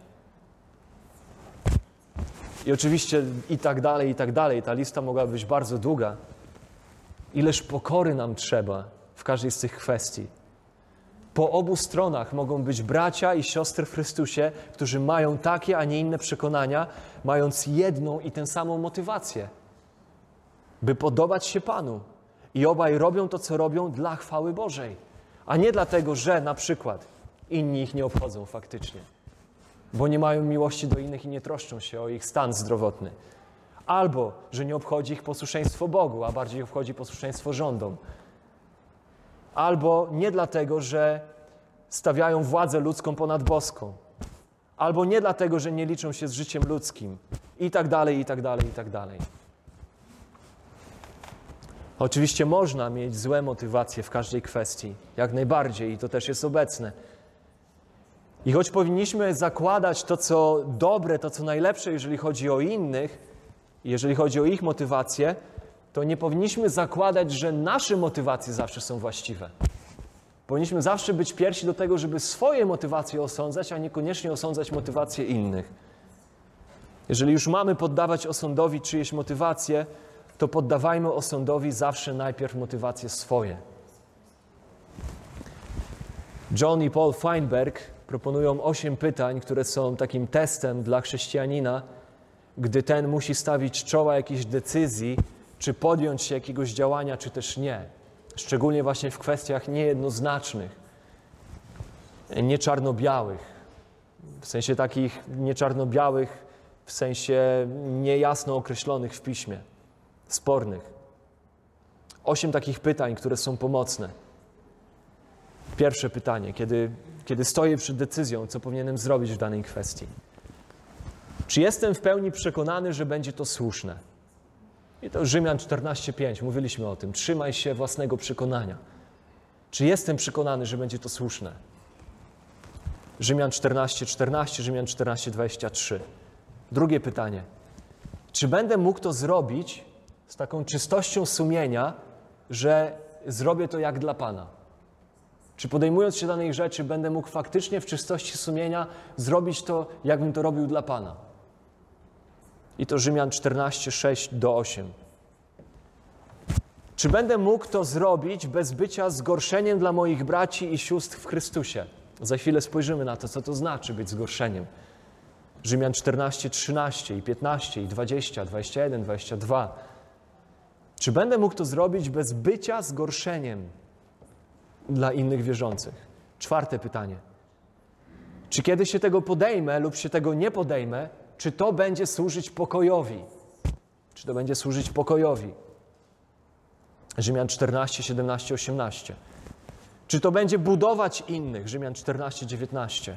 I oczywiście i tak dalej, i tak dalej. Ta lista mogłaby być bardzo długa. Ileż pokory nam trzeba w każdej z tych kwestii. Po obu stronach mogą być bracia i siostry w Chrystusie, którzy mają takie, a nie inne przekonania, mając jedną i tę samą motywację, by podobać się Panu. I obaj robią to, co robią dla chwały Bożej. A nie dlatego, że na przykład inni ich nie obchodzą faktycznie, bo nie mają miłości do innych i nie troszczą się o ich stan zdrowotny. Albo, że nie obchodzi ich posłuszeństwo Bogu, a bardziej obchodzi posłuszeństwo rządom. Albo nie dlatego, że stawiają władzę ludzką ponad boską. Albo nie dlatego, że nie liczą się z życiem ludzkim. I tak dalej, i tak dalej, i tak dalej. Oczywiście można mieć złe motywacje w każdej kwestii, jak najbardziej, i to też jest obecne. I choć powinniśmy zakładać to, co dobre, to, co najlepsze, jeżeli chodzi o innych, jeżeli chodzi o ich motywacje, to nie powinniśmy zakładać, że nasze motywacje zawsze są właściwe. Powinniśmy zawsze być pierwsi do tego, żeby swoje motywacje osądzać, a niekoniecznie osądzać motywacje innych. Jeżeli już mamy poddawać osądowi czyjeś motywacje, to poddawajmy osądowi zawsze najpierw motywacje swoje. John i Paul Feinberg proponują 8 pytań, które są takim testem dla chrześcijanina, gdy ten musi stawić czoła jakiejś decyzji, czy podjąć się jakiegoś działania, czy też nie. Szczególnie właśnie w kwestiach niejednoznacznych, nie czarno-białych. W sensie takich nie czarno-białych, w sensie niejasno określonych w piśmie, spornych. 8 takich pytań, które są pomocne. Pierwsze pytanie, kiedy stoję przed decyzją, co powinienem zrobić w danej kwestii. Czy jestem w pełni przekonany, że będzie to słuszne? I to Rzymian 14:5, mówiliśmy o tym. Trzymaj się własnego przekonania. Czy jestem przekonany, że będzie to słuszne? Rzymian 14:14, Rzymian 14:23. Drugie pytanie. Czy będę mógł to zrobić z taką czystością sumienia, że zrobię to jak dla Pana? Czy podejmując się danej rzeczy, będę mógł faktycznie w czystości sumienia zrobić to, jakbym to robił dla Pana? I to Rzymian 14:6-8. Czy będę mógł to zrobić bez bycia zgorszeniem dla moich braci i sióstr w Chrystusie? Za chwilę spojrzymy na to, co to znaczy być zgorszeniem. Rzymian 14:13 i 15 i 20, 21, 22. Czy będę mógł to zrobić bez bycia zgorszeniem dla innych wierzących? Czwarte pytanie. Czy kiedy się tego podejmę lub się tego nie podejmę, czy to będzie służyć pokojowi? Czy to będzie służyć pokojowi? Rzymian 14, 17, 18. Czy to będzie budować innych? Rzymian 14, 19.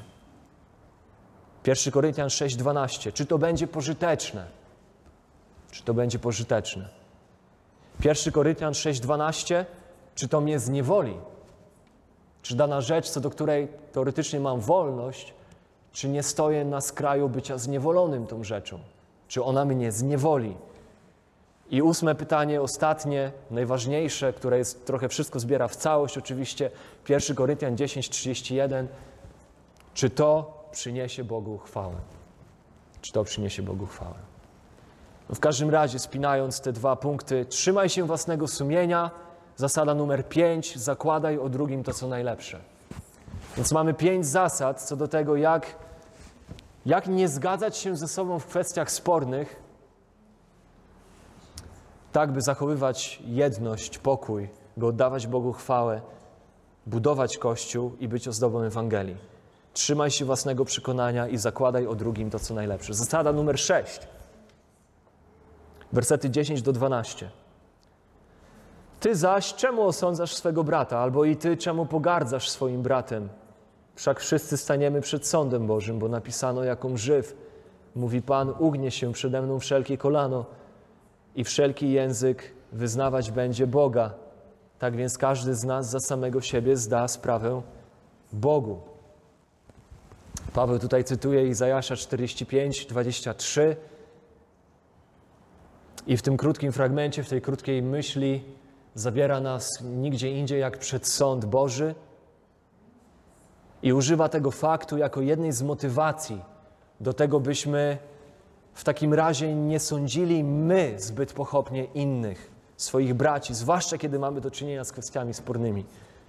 1 Koryntian 6, 12. Czy to będzie pożyteczne? Czy to będzie pożyteczne? 1 Koryntian 6, 12. Czy to mnie zniewoli? Czy dana rzecz, co do której teoretycznie mam wolność, czy nie stoję na skraju bycia zniewolonym tą rzeczą? Czy ona mnie zniewoli? I 8 pytanie, ostatnie, najważniejsze, które jest trochę wszystko zbiera w całość, oczywiście 1 Koryntian 10:31. Czy to przyniesie Bogu chwałę? Czy to przyniesie Bogu chwałę? No w każdym razie, spinając te 2 punkty, trzymaj się własnego sumienia. Zasada numer 5, zakładaj o drugim to, co najlepsze. Więc mamy 5 zasad co do tego, jak nie zgadzać się ze sobą w kwestiach spornych, tak by zachowywać jedność, pokój, by oddawać Bogu chwałę, budować Kościół i być ozdobą Ewangelii. Trzymaj się własnego przekonania i zakładaj o drugim to, co najlepsze. Zasada numer 6, wersety 10-12. Ty zaś czemu osądzasz swego brata, albo i ty czemu pogardzasz swoim bratem? Wszak wszyscy staniemy przed sądem Bożym, bo napisano, jaką żyw. Mówi Pan, ugnie się przede mną wszelkie kolano i wszelki język wyznawać będzie Boga. Tak więc każdy z nas za samego siebie zda sprawę Bogu. Paweł tutaj cytuje Izajasza 45, 23 i w tym krótkim fragmencie, w tej krótkiej myśli zabiera nas nigdzie indziej jak przed sąd Boży i używa tego faktu jako jednej z motywacji do tego, byśmy w takim razie nie sądzili my zbyt pochopnie innych, swoich braci, zwłaszcza kiedy mamy do czynienia z kwestiami spornymi.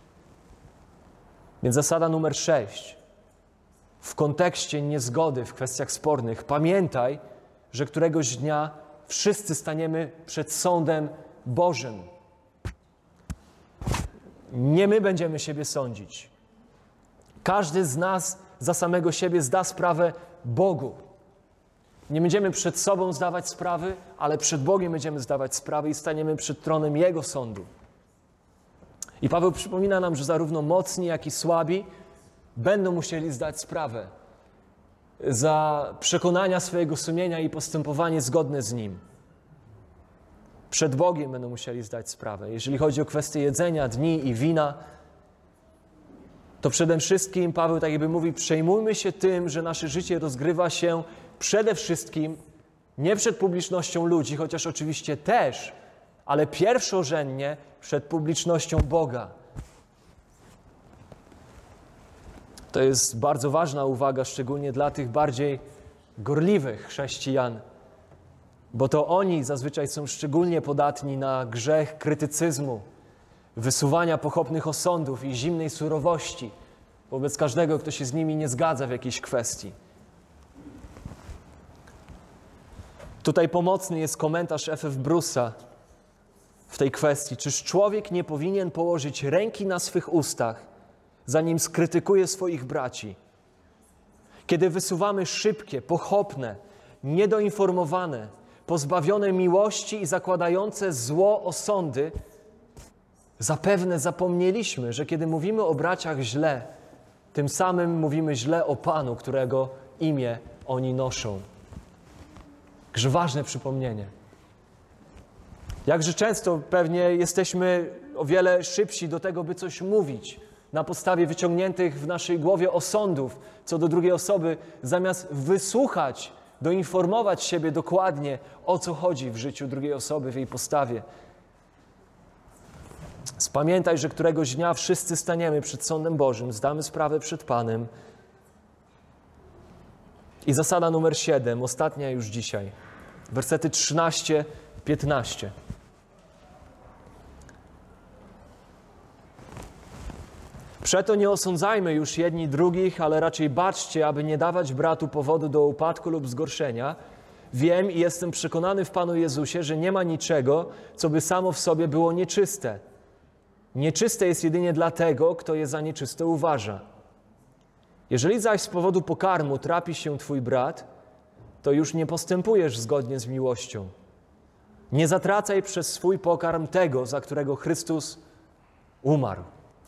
Więc zasada numer 6. W kontekście niezgody w kwestiach spornych pamiętaj, że któregoś dnia wszyscy staniemy przed sądem Bożym. Nie my będziemy siebie sądzić. Każdy z nas za samego siebie zda sprawę Bogu. Nie będziemy przed sobą zdawać sprawy, ale przed Bogiem będziemy zdawać sprawy i staniemy przed tronem Jego sądu. I Paweł przypomina nam, że zarówno mocni, jak i słabi będą musieli zdać sprawę za przekonania swojego sumienia i postępowanie zgodne z Nim. Przed Bogiem będą musieli zdać sprawę. Jeżeli chodzi o kwestię jedzenia, dni i wina, to przede wszystkim Paweł tak jakby mówi, przejmujmy się tym, że nasze życie rozgrywa się przede wszystkim nie przed publicznością ludzi, chociaż oczywiście też, ale pierwszorzędnie przed publicznością Boga. To jest bardzo ważna uwaga, szczególnie dla tych bardziej gorliwych chrześcijan, bo to oni zazwyczaj są szczególnie podatni na grzech krytycyzmu, wysuwania pochopnych osądów i zimnej surowości wobec każdego, kto się z nimi nie zgadza w jakiejś kwestii. Tutaj pomocny jest komentarz F.F. Bruce'a w tej kwestii. Czyż człowiek nie powinien położyć ręki na swych ustach, zanim skrytykuje swoich braci? Kiedy wysuwamy szybkie, pochopne, niedoinformowane, pozbawione miłości i zakładające zło osądy, zapewne zapomnieliśmy, że kiedy mówimy o braciach źle, tym samym mówimy źle o Panu, którego imię oni noszą. Także ważne przypomnienie. Jakże często pewnie jesteśmy o wiele szybsi do tego, by coś mówić na podstawie wyciągniętych w naszej głowie osądów co do drugiej osoby, zamiast wysłuchać, doinformować siebie dokładnie, o co chodzi w życiu drugiej osoby, w jej postawie. Spamiętaj, że któregoś dnia wszyscy staniemy przed sądem Bożym, zdamy sprawę przed Panem. I zasada numer 7, ostatnia już dzisiaj. Wersety 13-15. Przeto nie osądzajmy już jedni drugich, ale raczej baczcie, aby nie dawać bratu powodu do upadku lub zgorszenia. Wiem i jestem przekonany w Panu Jezusie, że nie ma niczego, co by samo w sobie było nieczyste. Nieczyste jest jedynie dla tego, kto je za nieczyste uważa. Jeżeli zaś z powodu pokarmu trapi się twój brat, to już nie postępujesz zgodnie z miłością. Nie zatracaj przez swój pokarm tego, za którego Chrystus umarł.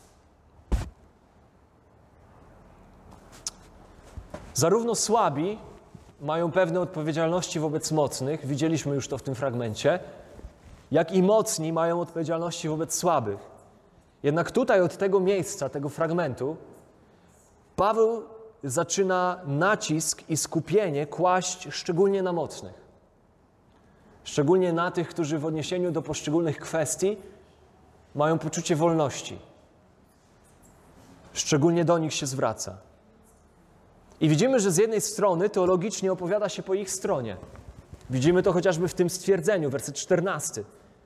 Zarówno słabi mają pewne odpowiedzialności wobec mocnych, widzieliśmy już to w tym fragmencie, jak i mocni mają odpowiedzialności wobec słabych. Jednak tutaj od tego miejsca, tego fragmentu, Paweł zaczyna nacisk i skupienie kłaść szczególnie na mocnych. Szczególnie na tych, którzy w odniesieniu do poszczególnych kwestii mają poczucie wolności. Szczególnie do nich się zwraca. I widzimy, że z jednej strony teologicznie opowiada się po ich stronie. Widzimy to chociażby w tym stwierdzeniu, werset 14.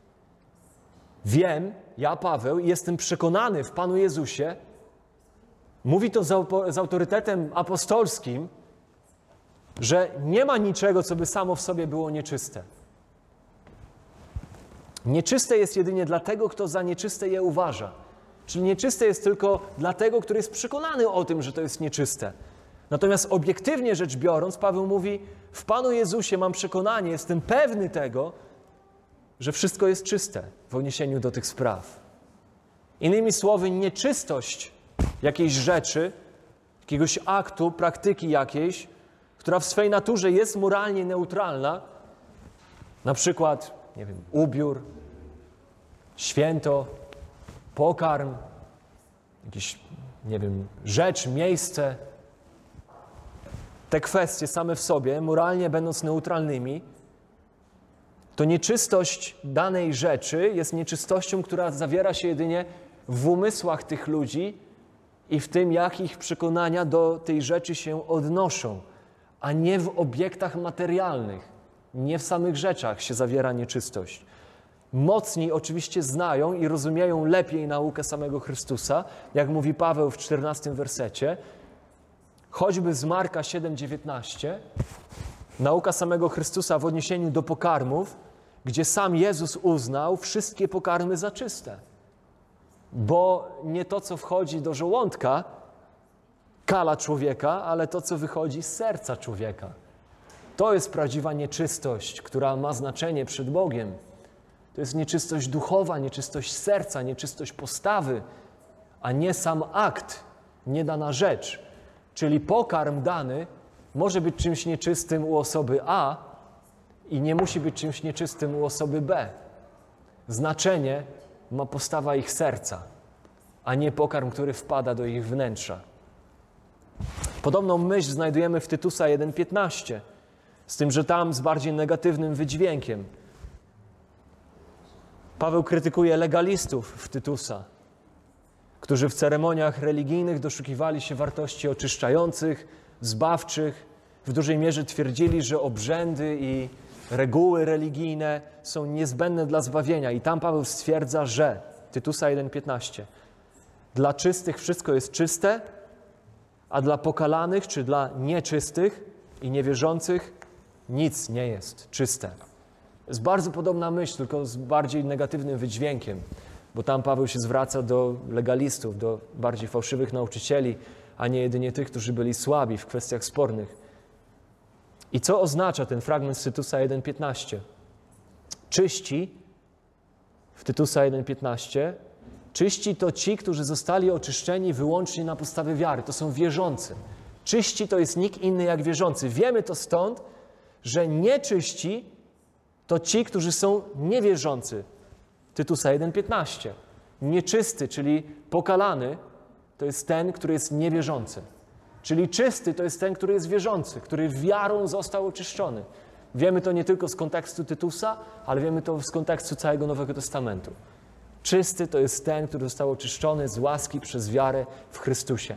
Wiem, ja Paweł, i jestem przekonany w Panu Jezusie, mówi to z autorytetem apostolskim, że nie ma niczego, co by samo w sobie było nieczyste. Nieczyste jest jedynie dla tego, kto za nieczyste je uważa. Czyli nieczyste jest tylko dla tego, który jest przekonany o tym, że to jest nieczyste. Natomiast obiektywnie rzecz biorąc, Paweł mówi, w Panu Jezusie mam przekonanie, jestem pewny tego, że wszystko jest czyste w odniesieniu do tych spraw. Innymi słowy, nieczystość jakiejś rzeczy, jakiegoś aktu, praktyki jakiejś, która w swej naturze jest moralnie neutralna, na przykład, nie wiem, ubiór, święto, pokarm, jakiś, nie wiem, rzecz, miejsce. Te kwestie same w sobie, moralnie będąc neutralnymi, to nieczystość danej rzeczy jest nieczystością, która zawiera się jedynie w umysłach tych ludzi i w tym, jak ich przekonania do tej rzeczy się odnoszą, a nie w obiektach materialnych, nie w samych rzeczach się zawiera nieczystość. Mocni oczywiście znają i rozumieją lepiej naukę samego Chrystusa, jak mówi Paweł w 14 wersecie, choćby z Marka 7,19, nauka samego Chrystusa w odniesieniu do pokarmów, gdzie sam Jezus uznał wszystkie pokarmy za czyste. Bo nie to, co wchodzi do żołądka, kala człowieka, ale to, co wychodzi z serca człowieka. To jest prawdziwa nieczystość, która ma znaczenie przed Bogiem. To jest nieczystość duchowa, nieczystość serca, nieczystość postawy, a nie sam akt, nie dana rzecz. Czyli pokarm dany może być czymś nieczystym u osoby A i nie musi być czymś nieczystym u osoby B. Znaczenie ma postawa ich serca, a nie pokarm, który wpada do ich wnętrza. Podobną myśl znajdujemy w Tytusa 1,15, z tym, że tam z bardziej negatywnym wydźwiękiem. Paweł krytykuje legalistów w Tytusa, którzy w ceremoniach religijnych doszukiwali się wartości oczyszczających, zbawczych. W dużej mierze twierdzili, że obrzędy i reguły religijne są niezbędne dla zbawienia. I tam Paweł stwierdza, że, Tytusa 1,15, dla czystych wszystko jest czyste, a dla pokalanych czy dla nieczystych i niewierzących nic nie jest czyste. Jest bardzo podobna myśl, tylko z bardziej negatywnym wydźwiękiem, bo tam Paweł się zwraca do legalistów, do bardziej fałszywych nauczycieli, a nie jedynie tych, którzy byli słabi w kwestiach spornych. I co oznacza ten fragment z Tytusa 1,15? Czyści, w Tytusa 1,15, czyści to ci, którzy zostali oczyszczeni wyłącznie na podstawie wiary. To są wierzący. Czyści to jest nikt inny jak wierzący. Wiemy to stąd, że nieczyści to ci, którzy są niewierzący. Tytusa 1,15. Nieczysty, czyli pokalany, to jest ten, który jest niewierzący. Czyli czysty to jest ten, który jest wierzący, który wiarą został oczyszczony. Wiemy to nie tylko z kontekstu Tytusa, ale wiemy to z kontekstu całego Nowego Testamentu. Czysty to jest ten, który został oczyszczony z łaski przez wiarę w Chrystusie.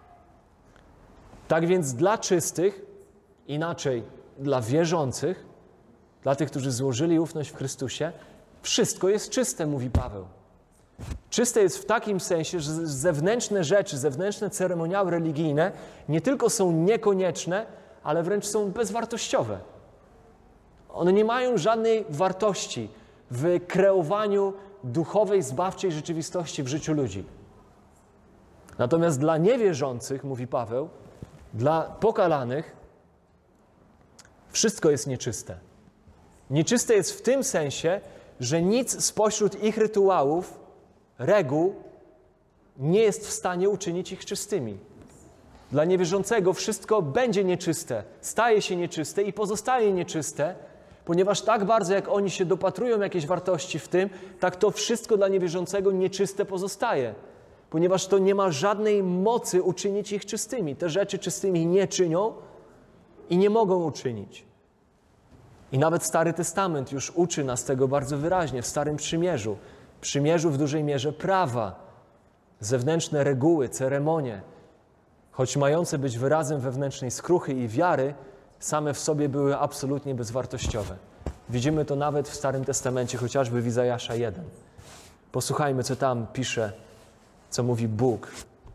Tak więc dla czystych, inaczej dla wierzących, dla tych, którzy złożyli ufność w Chrystusie, wszystko jest czyste, mówi Paweł. Czyste jest w takim sensie, że zewnętrzne rzeczy, zewnętrzne ceremoniały religijne nie tylko są niekonieczne, ale wręcz są bezwartościowe. One nie mają żadnej wartości w kreowaniu duchowej, zbawczej rzeczywistości w życiu ludzi. Natomiast dla niewierzących, mówi Paweł, dla pokalanych, wszystko jest nieczyste. Nieczyste jest w tym sensie, że nic spośród ich rytuałów, reguł nie jest w stanie uczynić ich czystymi. Dla niewierzącego wszystko będzie nieczyste, staje się nieczyste i pozostaje nieczyste, ponieważ tak bardzo jak oni się dopatrują jakiejś wartości w tym, tak to wszystko dla niewierzącego nieczyste pozostaje, ponieważ to nie ma żadnej mocy uczynić ich czystymi. Te rzeczy czystymi nie czynią i nie mogą uczynić. I nawet Stary Testament już uczy nas tego bardzo wyraźnie w Starym Przymierzu. Przymierzu w dużej mierze prawa, zewnętrzne reguły, ceremonie, choć mające być wyrazem wewnętrznej skruchy i wiary, same w sobie były absolutnie bezwartościowe. Widzimy to nawet w Starym Testamencie, chociażby w Izajasza 1. Posłuchajmy, co tam pisze, co mówi Bóg.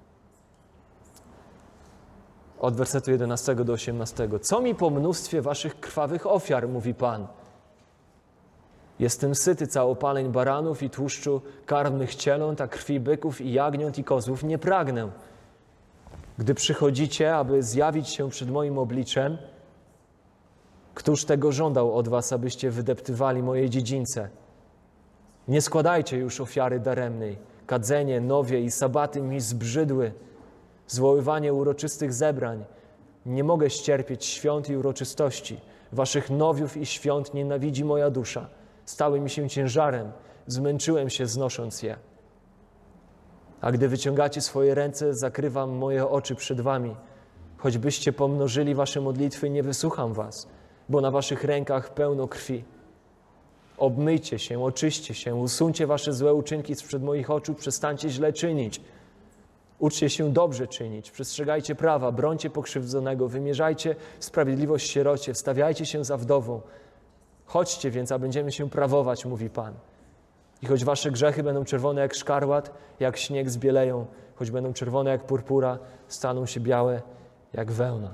Od wersetu 11 do 18. Co mi po mnóstwie waszych krwawych ofiar, mówi Pan. Jestem syty całopaleń baranów i tłuszczu karmnych cieląt, a krwi byków i jagniąt i kozłów nie pragnę. Gdy przychodzicie, aby zjawić się przed moim obliczem, któż tego żądał od was, abyście wydeptywali moje dziedzińce? Nie składajcie już ofiary daremnej. Kadzenie, nowie i sabaty mi zbrzydły. Zwoływanie uroczystych zebrań. Nie mogę ścierpieć świąt i uroczystości. Waszych nowiów i świąt nienawidzi moja dusza. Stały mi się ciężarem. Zmęczyłem się znosząc je. A gdy wyciągacie swoje ręce, zakrywam moje oczy przed wami. Choćbyście pomnożyli wasze modlitwy, nie wysłucham was, bo na waszych rękach pełno krwi. Obmyjcie się, oczyście się, usuńcie wasze złe uczynki sprzed moich oczu, przestańcie źle czynić. Uczcie się dobrze czynić, przestrzegajcie prawa, brońcie pokrzywdzonego, wymierzajcie sprawiedliwość sierocie, wstawiajcie się za wdową. Chodźcie więc, a będziemy się prawować, mówi Pan. I choć wasze grzechy będą czerwone jak szkarłat, jak śnieg zbieleją, choć będą czerwone jak purpura, staną się białe jak wełna.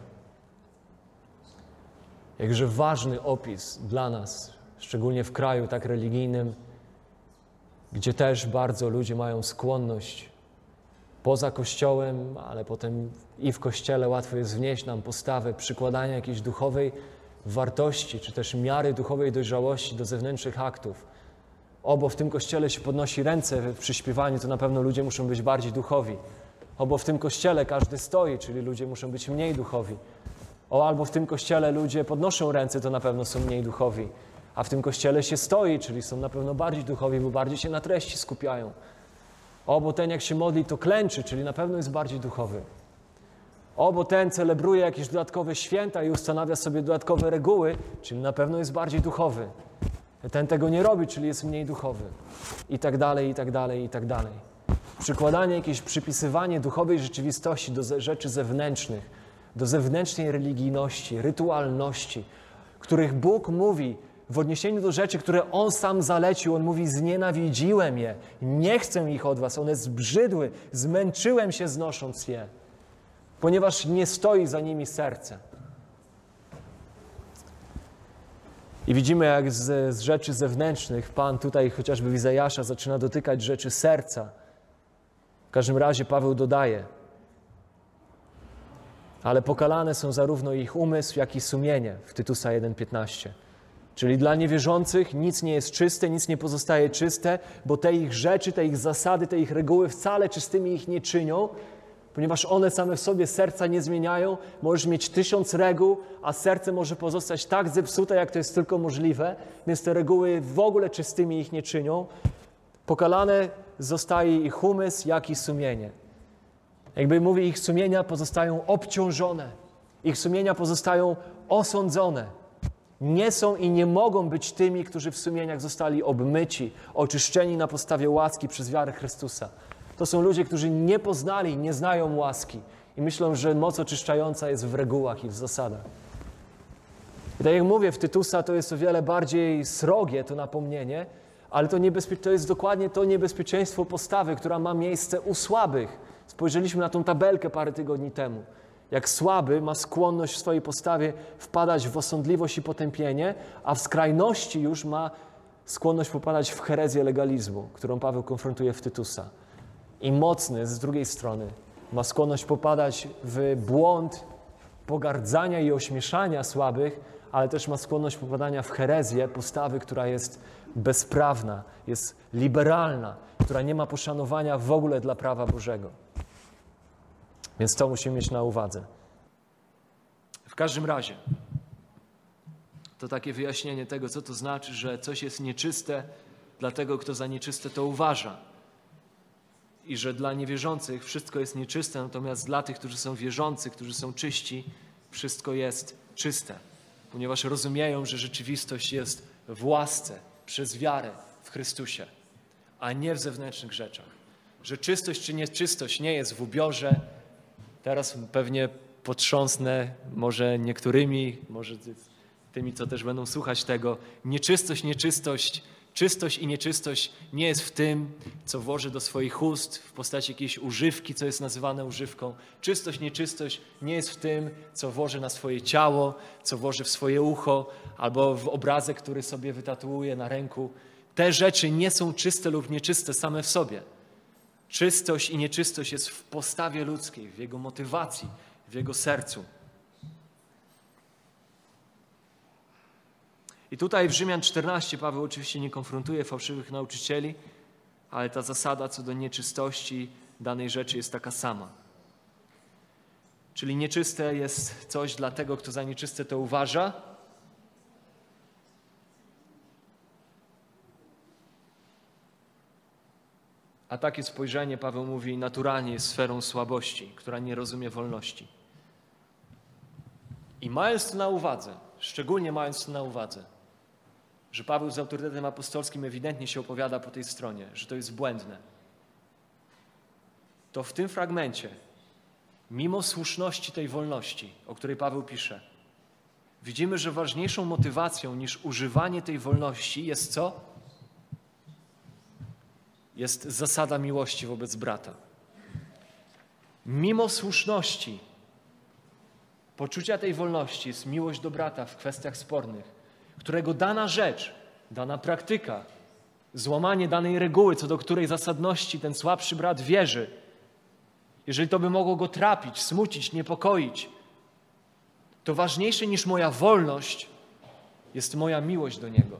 Jakże ważny opis dla nas, szczególnie w kraju tak religijnym, gdzie też bardzo ludzie mają skłonność poza Kościołem, ale potem i w Kościele łatwo jest wnieść nam postawę przykładania jakiejś duchowej wartości, czy też miary duchowej dojrzałości do zewnętrznych aktów. Bo w tym Kościele się podnosi ręce przy śpiewaniu, to na pewno ludzie muszą być bardziej duchowi. Bo w tym Kościele każdy stoi, czyli ludzie muszą być mniej duchowi. Albo w tym Kościele ludzie podnoszą ręce, to na pewno są mniej duchowi. A w tym Kościele się stoi, czyli są na pewno bardziej duchowi, bo bardziej się na treści skupiają. Bo ten jak się modli, to klęczy, czyli na pewno jest bardziej duchowy. Bo ten celebruje jakieś dodatkowe święta i ustanawia sobie dodatkowe reguły, czyli na pewno jest bardziej duchowy. Ten tego nie robi, czyli jest mniej duchowy. I tak dalej, i tak dalej, i tak dalej. Przykładanie, jakieś przypisywanie duchowej rzeczywistości do rzeczy zewnętrznych, do zewnętrznej religijności, rytualności, których Bóg mówi w odniesieniu do rzeczy, które On sam zalecił. On mówi: znienawidziłem je, nie chcę ich od was, one zbrzydły, zmęczyłem się znosząc je, ponieważ nie stoi za nimi serce. I widzimy, jak z rzeczy zewnętrznych Pan tutaj chociażby w Izajasza zaczyna dotykać rzeczy serca. W każdym razie Paweł dodaje: ale pokalane są zarówno ich umysł, jak i sumienie, w Tytusa 1,15. Czyli dla niewierzących nic nie jest czyste, nic nie pozostaje czyste, bo te ich rzeczy, te ich zasady, te ich reguły wcale czystymi ich nie czynią, ponieważ one same w sobie serca nie zmieniają. Możesz mieć 1000 reguł, a serce może pozostać tak zepsute, jak to jest tylko możliwe, więc te reguły w ogóle czystymi ich nie czynią. Pokalane zostaje ich umysł, jak i sumienie. Jakby mówi, ich sumienia pozostają obciążone, ich sumienia pozostają osądzone. Nie są i nie mogą być tymi, którzy w sumieniach zostali obmyci, oczyszczeni na podstawie łaski przez wiarę Chrystusa. To są ludzie, którzy nie poznali, nie znają łaski i myślą, że moc oczyszczająca jest w regułach i w zasadach. I tak jak mówię, w Tytusa to jest o wiele bardziej srogie to napomnienie, ale to jest dokładnie to niebezpieczeństwo postawy, która ma miejsce u słabych. Spojrzeliśmy na tą tabelkę parę tygodni temu. Jak słaby ma skłonność w swojej postawie wpadać w osądliwość i potępienie, a w skrajności już ma skłonność popadać w herezję legalizmu, którą Paweł konfrontuje w Tytusa. I mocny z drugiej strony ma skłonność popadać w błąd pogardzania i ośmieszania słabych, ale też ma skłonność popadania w herezję postawy, która jest bezprawna, jest liberalna, która nie ma poszanowania w ogóle dla prawa Bożego. Więc to musimy mieć na uwadze. W każdym razie, to takie wyjaśnienie tego, co to znaczy, że coś jest nieczyste dla tego, kto za nieczyste to uważa. I że dla niewierzących wszystko jest nieczyste, natomiast dla tych, którzy są wierzący, którzy są czyści, wszystko jest czyste. Ponieważ rozumieją, że rzeczywistość jest w łasce, przez wiarę w Chrystusie, a nie w zewnętrznych rzeczach. Że czystość czy nieczystość nie jest w ubiorze. Teraz pewnie potrząsnę może niektórymi, może tymi, co też będą słuchać tego. Nieczystość, czystość i nieczystość nie jest w tym, co włoży do swoich ust w postaci jakiejś używki, co jest nazywane używką. Czystość, nieczystość nie jest w tym, co włoży na swoje ciało, co włoży w swoje ucho albo w obrazek, który sobie wytatuuje na ręku. Te rzeczy nie są czyste lub nieczyste same w sobie. Czystość i nieczystość jest w postawie ludzkiej, w jego motywacji, w jego sercu. I tutaj w Rzymian 14 Paweł oczywiście nie konfrontuje fałszywych nauczycieli, ale ta zasada co do nieczystości danej rzeczy jest taka sama. Czyli nieczyste jest coś dla tego, kto za nieczyste to uważa, a takie spojrzenie, Paweł mówi, naturalnie jest sferą słabości, która nie rozumie wolności. I mając to na uwadze, szczególnie mając to na uwadze, że Paweł z autorytetem apostolskim ewidentnie się opowiada po tej stronie, że to jest błędne, to w tym fragmencie, mimo słuszności tej wolności, o której Paweł pisze, widzimy, że ważniejszą motywacją niż używanie tej wolności jest co? Jest zasada miłości wobec brata. Mimo słuszności, poczucia tej wolności jest miłość do brata w kwestiach spornych, którego dana rzecz, dana praktyka, złamanie danej reguły, co do której zasadności ten słabszy brat wierzy, jeżeli to by mogło Go trapić, smucić, niepokoić, to ważniejsze niż moja wolność jest moja miłość do Niego.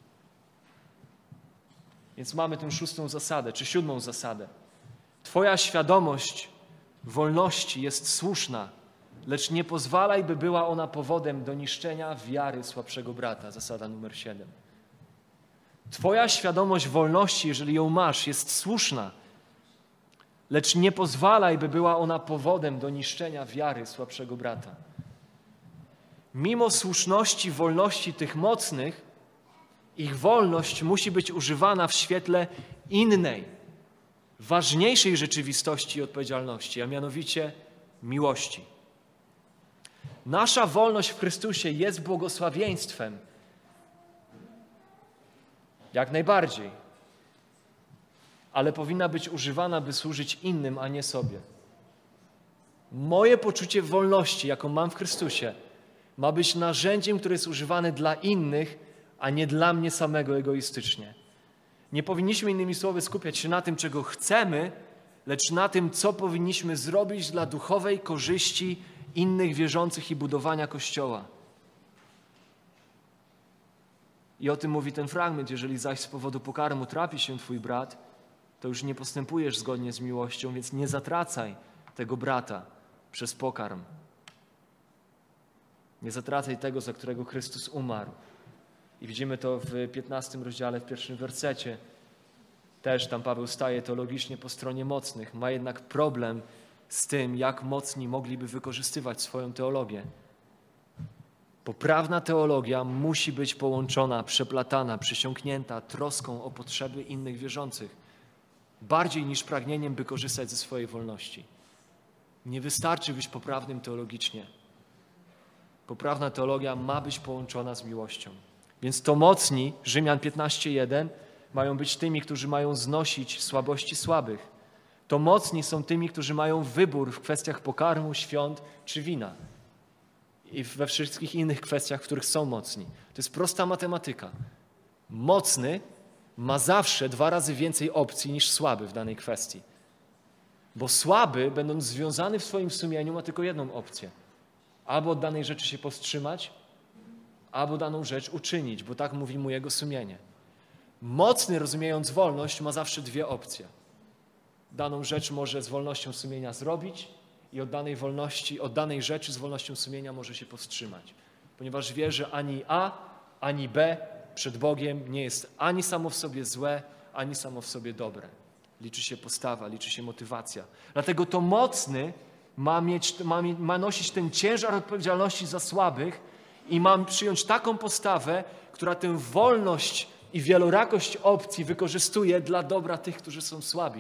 Więc mamy tę 6. zasadę, czy 7. zasadę. Twoja świadomość wolności jest słuszna, lecz nie pozwalaj, by była ona powodem do niszczenia wiary słabszego brata. Zasada numer 7. Twoja świadomość wolności, jeżeli ją masz, jest słuszna, lecz nie pozwalaj, by była ona powodem do niszczenia wiary słabszego brata. Mimo słuszności wolności tych mocnych, ich wolność musi być używana w świetle innej, ważniejszej rzeczywistości i odpowiedzialności, a mianowicie miłości. Nasza wolność w Chrystusie jest błogosławieństwem. Jak najbardziej. Ale powinna być używana, by służyć innym, a nie sobie. Moje poczucie wolności, jaką mam w Chrystusie, ma być narzędziem, które jest używane dla innych, a nie dla mnie samego egoistycznie. Nie powinniśmy, innymi słowy, skupiać się na tym, czego chcemy, lecz na tym, co powinniśmy zrobić dla duchowej korzyści innych wierzących i budowania Kościoła. I o tym mówi ten fragment. Jeżeli zaś z powodu pokarmu trapi się twój brat, to już nie postępujesz zgodnie z miłością, więc nie zatracaj tego brata przez pokarm. Nie zatracaj tego, za którego Chrystus umarł. I widzimy to w 15 rozdziale, w 1 wersecie. Też tam Paweł staje teologicznie po stronie mocnych. Ma jednak problem z tym, jak mocni mogliby wykorzystywać swoją teologię. Poprawna teologia musi być połączona, przeplatana, przysiągnięta troską o potrzeby innych wierzących, bardziej niż pragnieniem, by korzystać ze swojej wolności. Nie wystarczy być poprawnym teologicznie. Poprawna teologia ma być połączona z miłością. Więc to mocni, Rzymian 15:1, mają być tymi, którzy mają znosić słabości słabych. To mocni są tymi, którzy mają wybór w kwestiach pokarmu, świąt czy wina. I we wszystkich innych kwestiach, w których są mocni. To jest prosta matematyka. Mocny ma zawsze 2 razy więcej opcji niż słaby w danej kwestii. Bo słaby, będąc związany w swoim sumieniu, ma tylko jedną opcję. Albo od danej rzeczy się powstrzymać, albo daną rzecz uczynić, bo tak mówi mu jego sumienie. Mocny, rozumiejąc wolność, ma zawsze 2 opcje. Daną rzecz może z wolnością sumienia zrobić i od danej rzeczy z wolnością sumienia może się powstrzymać. Ponieważ wie, że ani A, ani B przed Bogiem nie jest ani samo w sobie złe, ani samo w sobie dobre. Liczy się postawa, liczy się motywacja. Dlatego to mocny ma nosić ten ciężar odpowiedzialności za słabych i ma przyjąć taką postawę, która tę wolność i wielorakość opcji wykorzystuje dla dobra tych, którzy są słabi.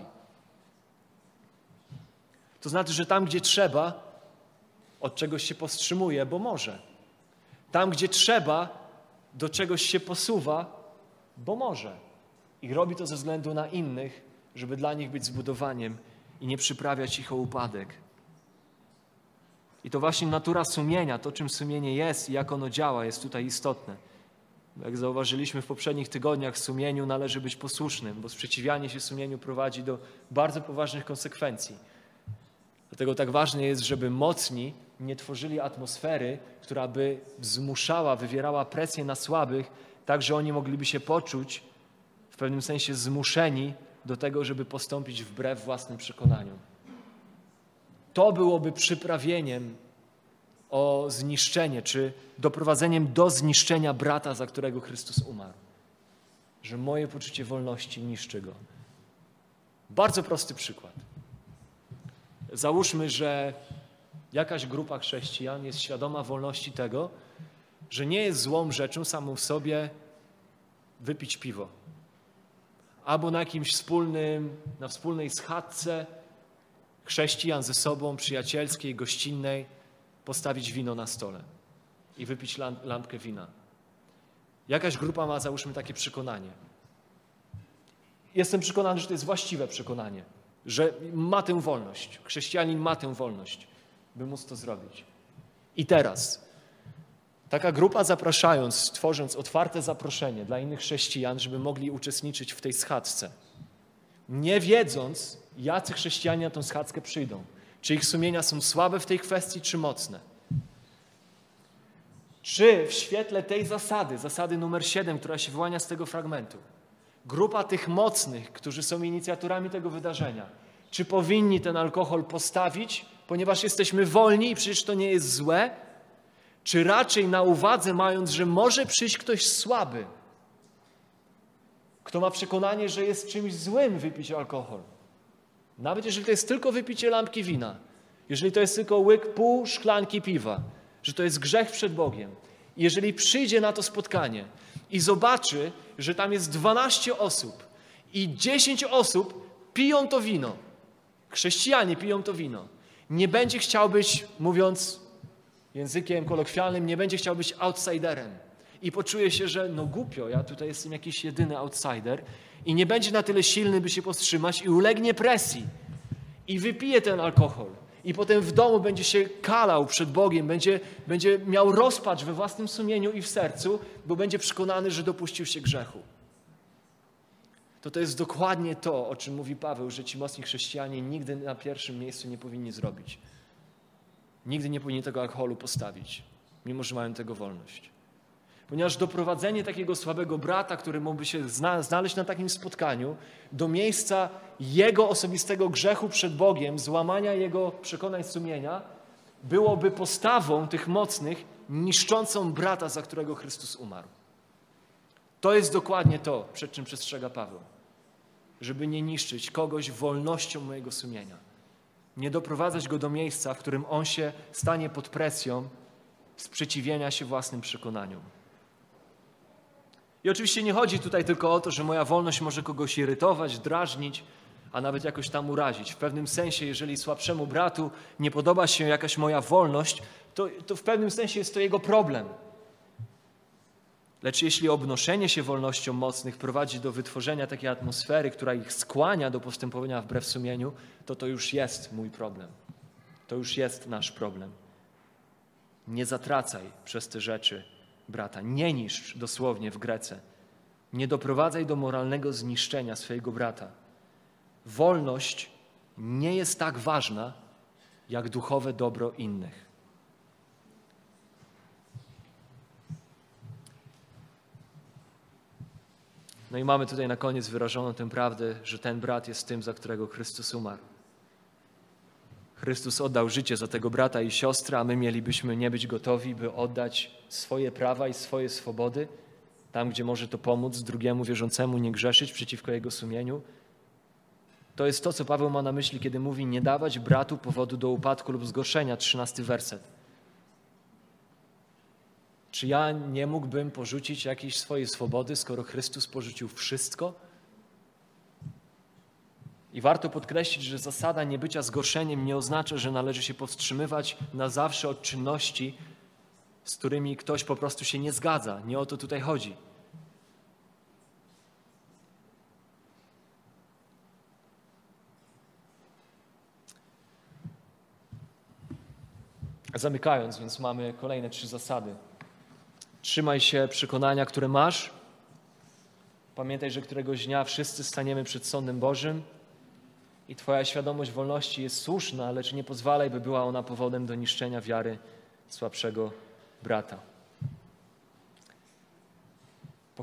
To znaczy, że tam, gdzie trzeba, od czegoś się powstrzymuje, bo może. Tam, gdzie trzeba, do czegoś się posuwa, bo może. I robi to ze względu na innych, żeby dla nich być zbudowaniem i nie przyprawiać ich o upadek. I to właśnie natura sumienia, to czym sumienie jest i jak ono działa, jest tutaj istotne. Jak zauważyliśmy w poprzednich tygodniach, sumieniu należy być posłusznym, bo sprzeciwianie się sumieniu prowadzi do bardzo poważnych konsekwencji. Dlatego tak ważne jest, żeby mocni nie tworzyli atmosfery, która by zmuszała, wywierała presję na słabych, tak że oni mogliby się poczuć w pewnym sensie zmuszeni do tego, żeby postąpić wbrew własnym przekonaniom. To byłoby przyprawieniem o zniszczenie, czy doprowadzeniem do zniszczenia brata, za którego Chrystus umarł. Że moje poczucie wolności niszczy go. Bardzo prosty przykład. Załóżmy, że jakaś grupa chrześcijan jest świadoma wolności tego, że nie jest złą rzeczą samą w sobie wypić piwo. Albo na wspólnej schadzce chrześcijan ze sobą, przyjacielskiej, gościnnej, postawić wino na stole i wypić lampkę wina. Jakaś grupa ma, załóżmy, takie przekonanie. Jestem przekonany, że to jest właściwe przekonanie, że ma tę wolność. Chrześcijanin ma tę wolność, by móc to zrobić. I teraz taka grupa zapraszając, tworząc otwarte zaproszenie dla innych chrześcijan, żeby mogli uczestniczyć w tej schadzce, nie wiedząc, jacy chrześcijanie na tę schadzkę przyjdą. Czy ich sumienia są słabe w tej kwestii, czy mocne? Czy w świetle tej zasady numer 7, która się wyłania z tego fragmentu, grupa tych mocnych, którzy są inicjatorami tego wydarzenia, czy powinni ten alkohol postawić, ponieważ jesteśmy wolni i przecież to nie jest złe, czy raczej na uwadze mając, że może przyjść ktoś słaby, kto ma przekonanie, że jest czymś złym wypić alkohol, nawet jeżeli to jest tylko wypicie lampki wina, jeżeli to jest tylko łyk pół szklanki piwa, że to jest grzech przed Bogiem. I jeżeli przyjdzie na to spotkanie i zobaczy, że tam jest 12 osób i 10 osób piją to wino, chrześcijanie piją to wino, nie będzie chciał być, mówiąc językiem kolokwialnym, nie będzie chciał być outsiderem i poczuje się, że no głupio, ja tutaj jestem jakiś jedyny outsider i nie będzie na tyle silny, by się powstrzymać i ulegnie presji i wypije ten alkohol. I potem w domu będzie się kalał przed Bogiem, będzie miał rozpacz we własnym sumieniu i w sercu, bo będzie przekonany, że dopuścił się grzechu. To jest dokładnie to, o czym mówi Paweł, że ci mocni chrześcijanie nigdy na pierwszym miejscu nie powinni zrobić. Nigdy nie powinni tego alkoholu postawić, mimo że mają tego wolność. Ponieważ doprowadzenie takiego słabego brata, który mógłby się znaleźć na takim spotkaniu, do miejsca jego osobistego grzechu przed Bogiem, złamania jego przekonań sumienia, byłoby postawą tych mocnych, niszczącą brata, za którego Chrystus umarł. To jest dokładnie to, przed czym przestrzega Paweł. Żeby nie niszczyć kogoś wolnością mojego sumienia. Nie doprowadzać go do miejsca, w którym on się stanie pod presją sprzeciwienia się własnym przekonaniom. I oczywiście nie chodzi tutaj tylko o to, że moja wolność może kogoś irytować, drażnić, a nawet jakoś tam urazić. W pewnym sensie, jeżeli słabszemu bratu nie podoba się jakaś moja wolność, to w pewnym sensie jest to jego problem. Lecz jeśli obnoszenie się wolnością mocnych prowadzi do wytworzenia takiej atmosfery, która ich skłania do postępowania wbrew sumieniu, to już jest mój problem. To już jest nasz problem. Nie zatracaj przez te rzeczy brata. Nie niszcz dosłownie w Grece. Nie doprowadzaj do moralnego zniszczenia swojego brata. Wolność nie jest tak ważna, jak duchowe dobro innych. No i mamy tutaj na koniec wyrażoną tę prawdę, że ten brat jest tym, za którego Chrystus umarł. Chrystus oddał życie za tego brata i siostrę, a my mielibyśmy nie być gotowi, by oddać swoje prawa i swoje swobody, tam gdzie może to pomóc drugiemu wierzącemu nie grzeszyć przeciwko jego sumieniu. To jest to, co Paweł ma na myśli, kiedy mówi nie dawać bratu powodu do upadku lub zgorszenia, 13 werset. Czy ja nie mógłbym porzucić jakiejś swojej swobody, skoro Chrystus porzucił wszystko? I warto podkreślić, że zasada niebycia zgorszeniem nie oznacza, że należy się powstrzymywać na zawsze od czynności, z którymi ktoś po prostu się nie zgadza. Nie o to tutaj chodzi. Zamykając, więc mamy kolejne 3 zasady. Trzymaj się przekonania, które masz. Pamiętaj, że któregoś dnia wszyscy staniemy przed sądem Bożym i twoja świadomość wolności jest słuszna, lecz nie pozwalaj, by była ona powodem do niszczenia wiary słabszego brata.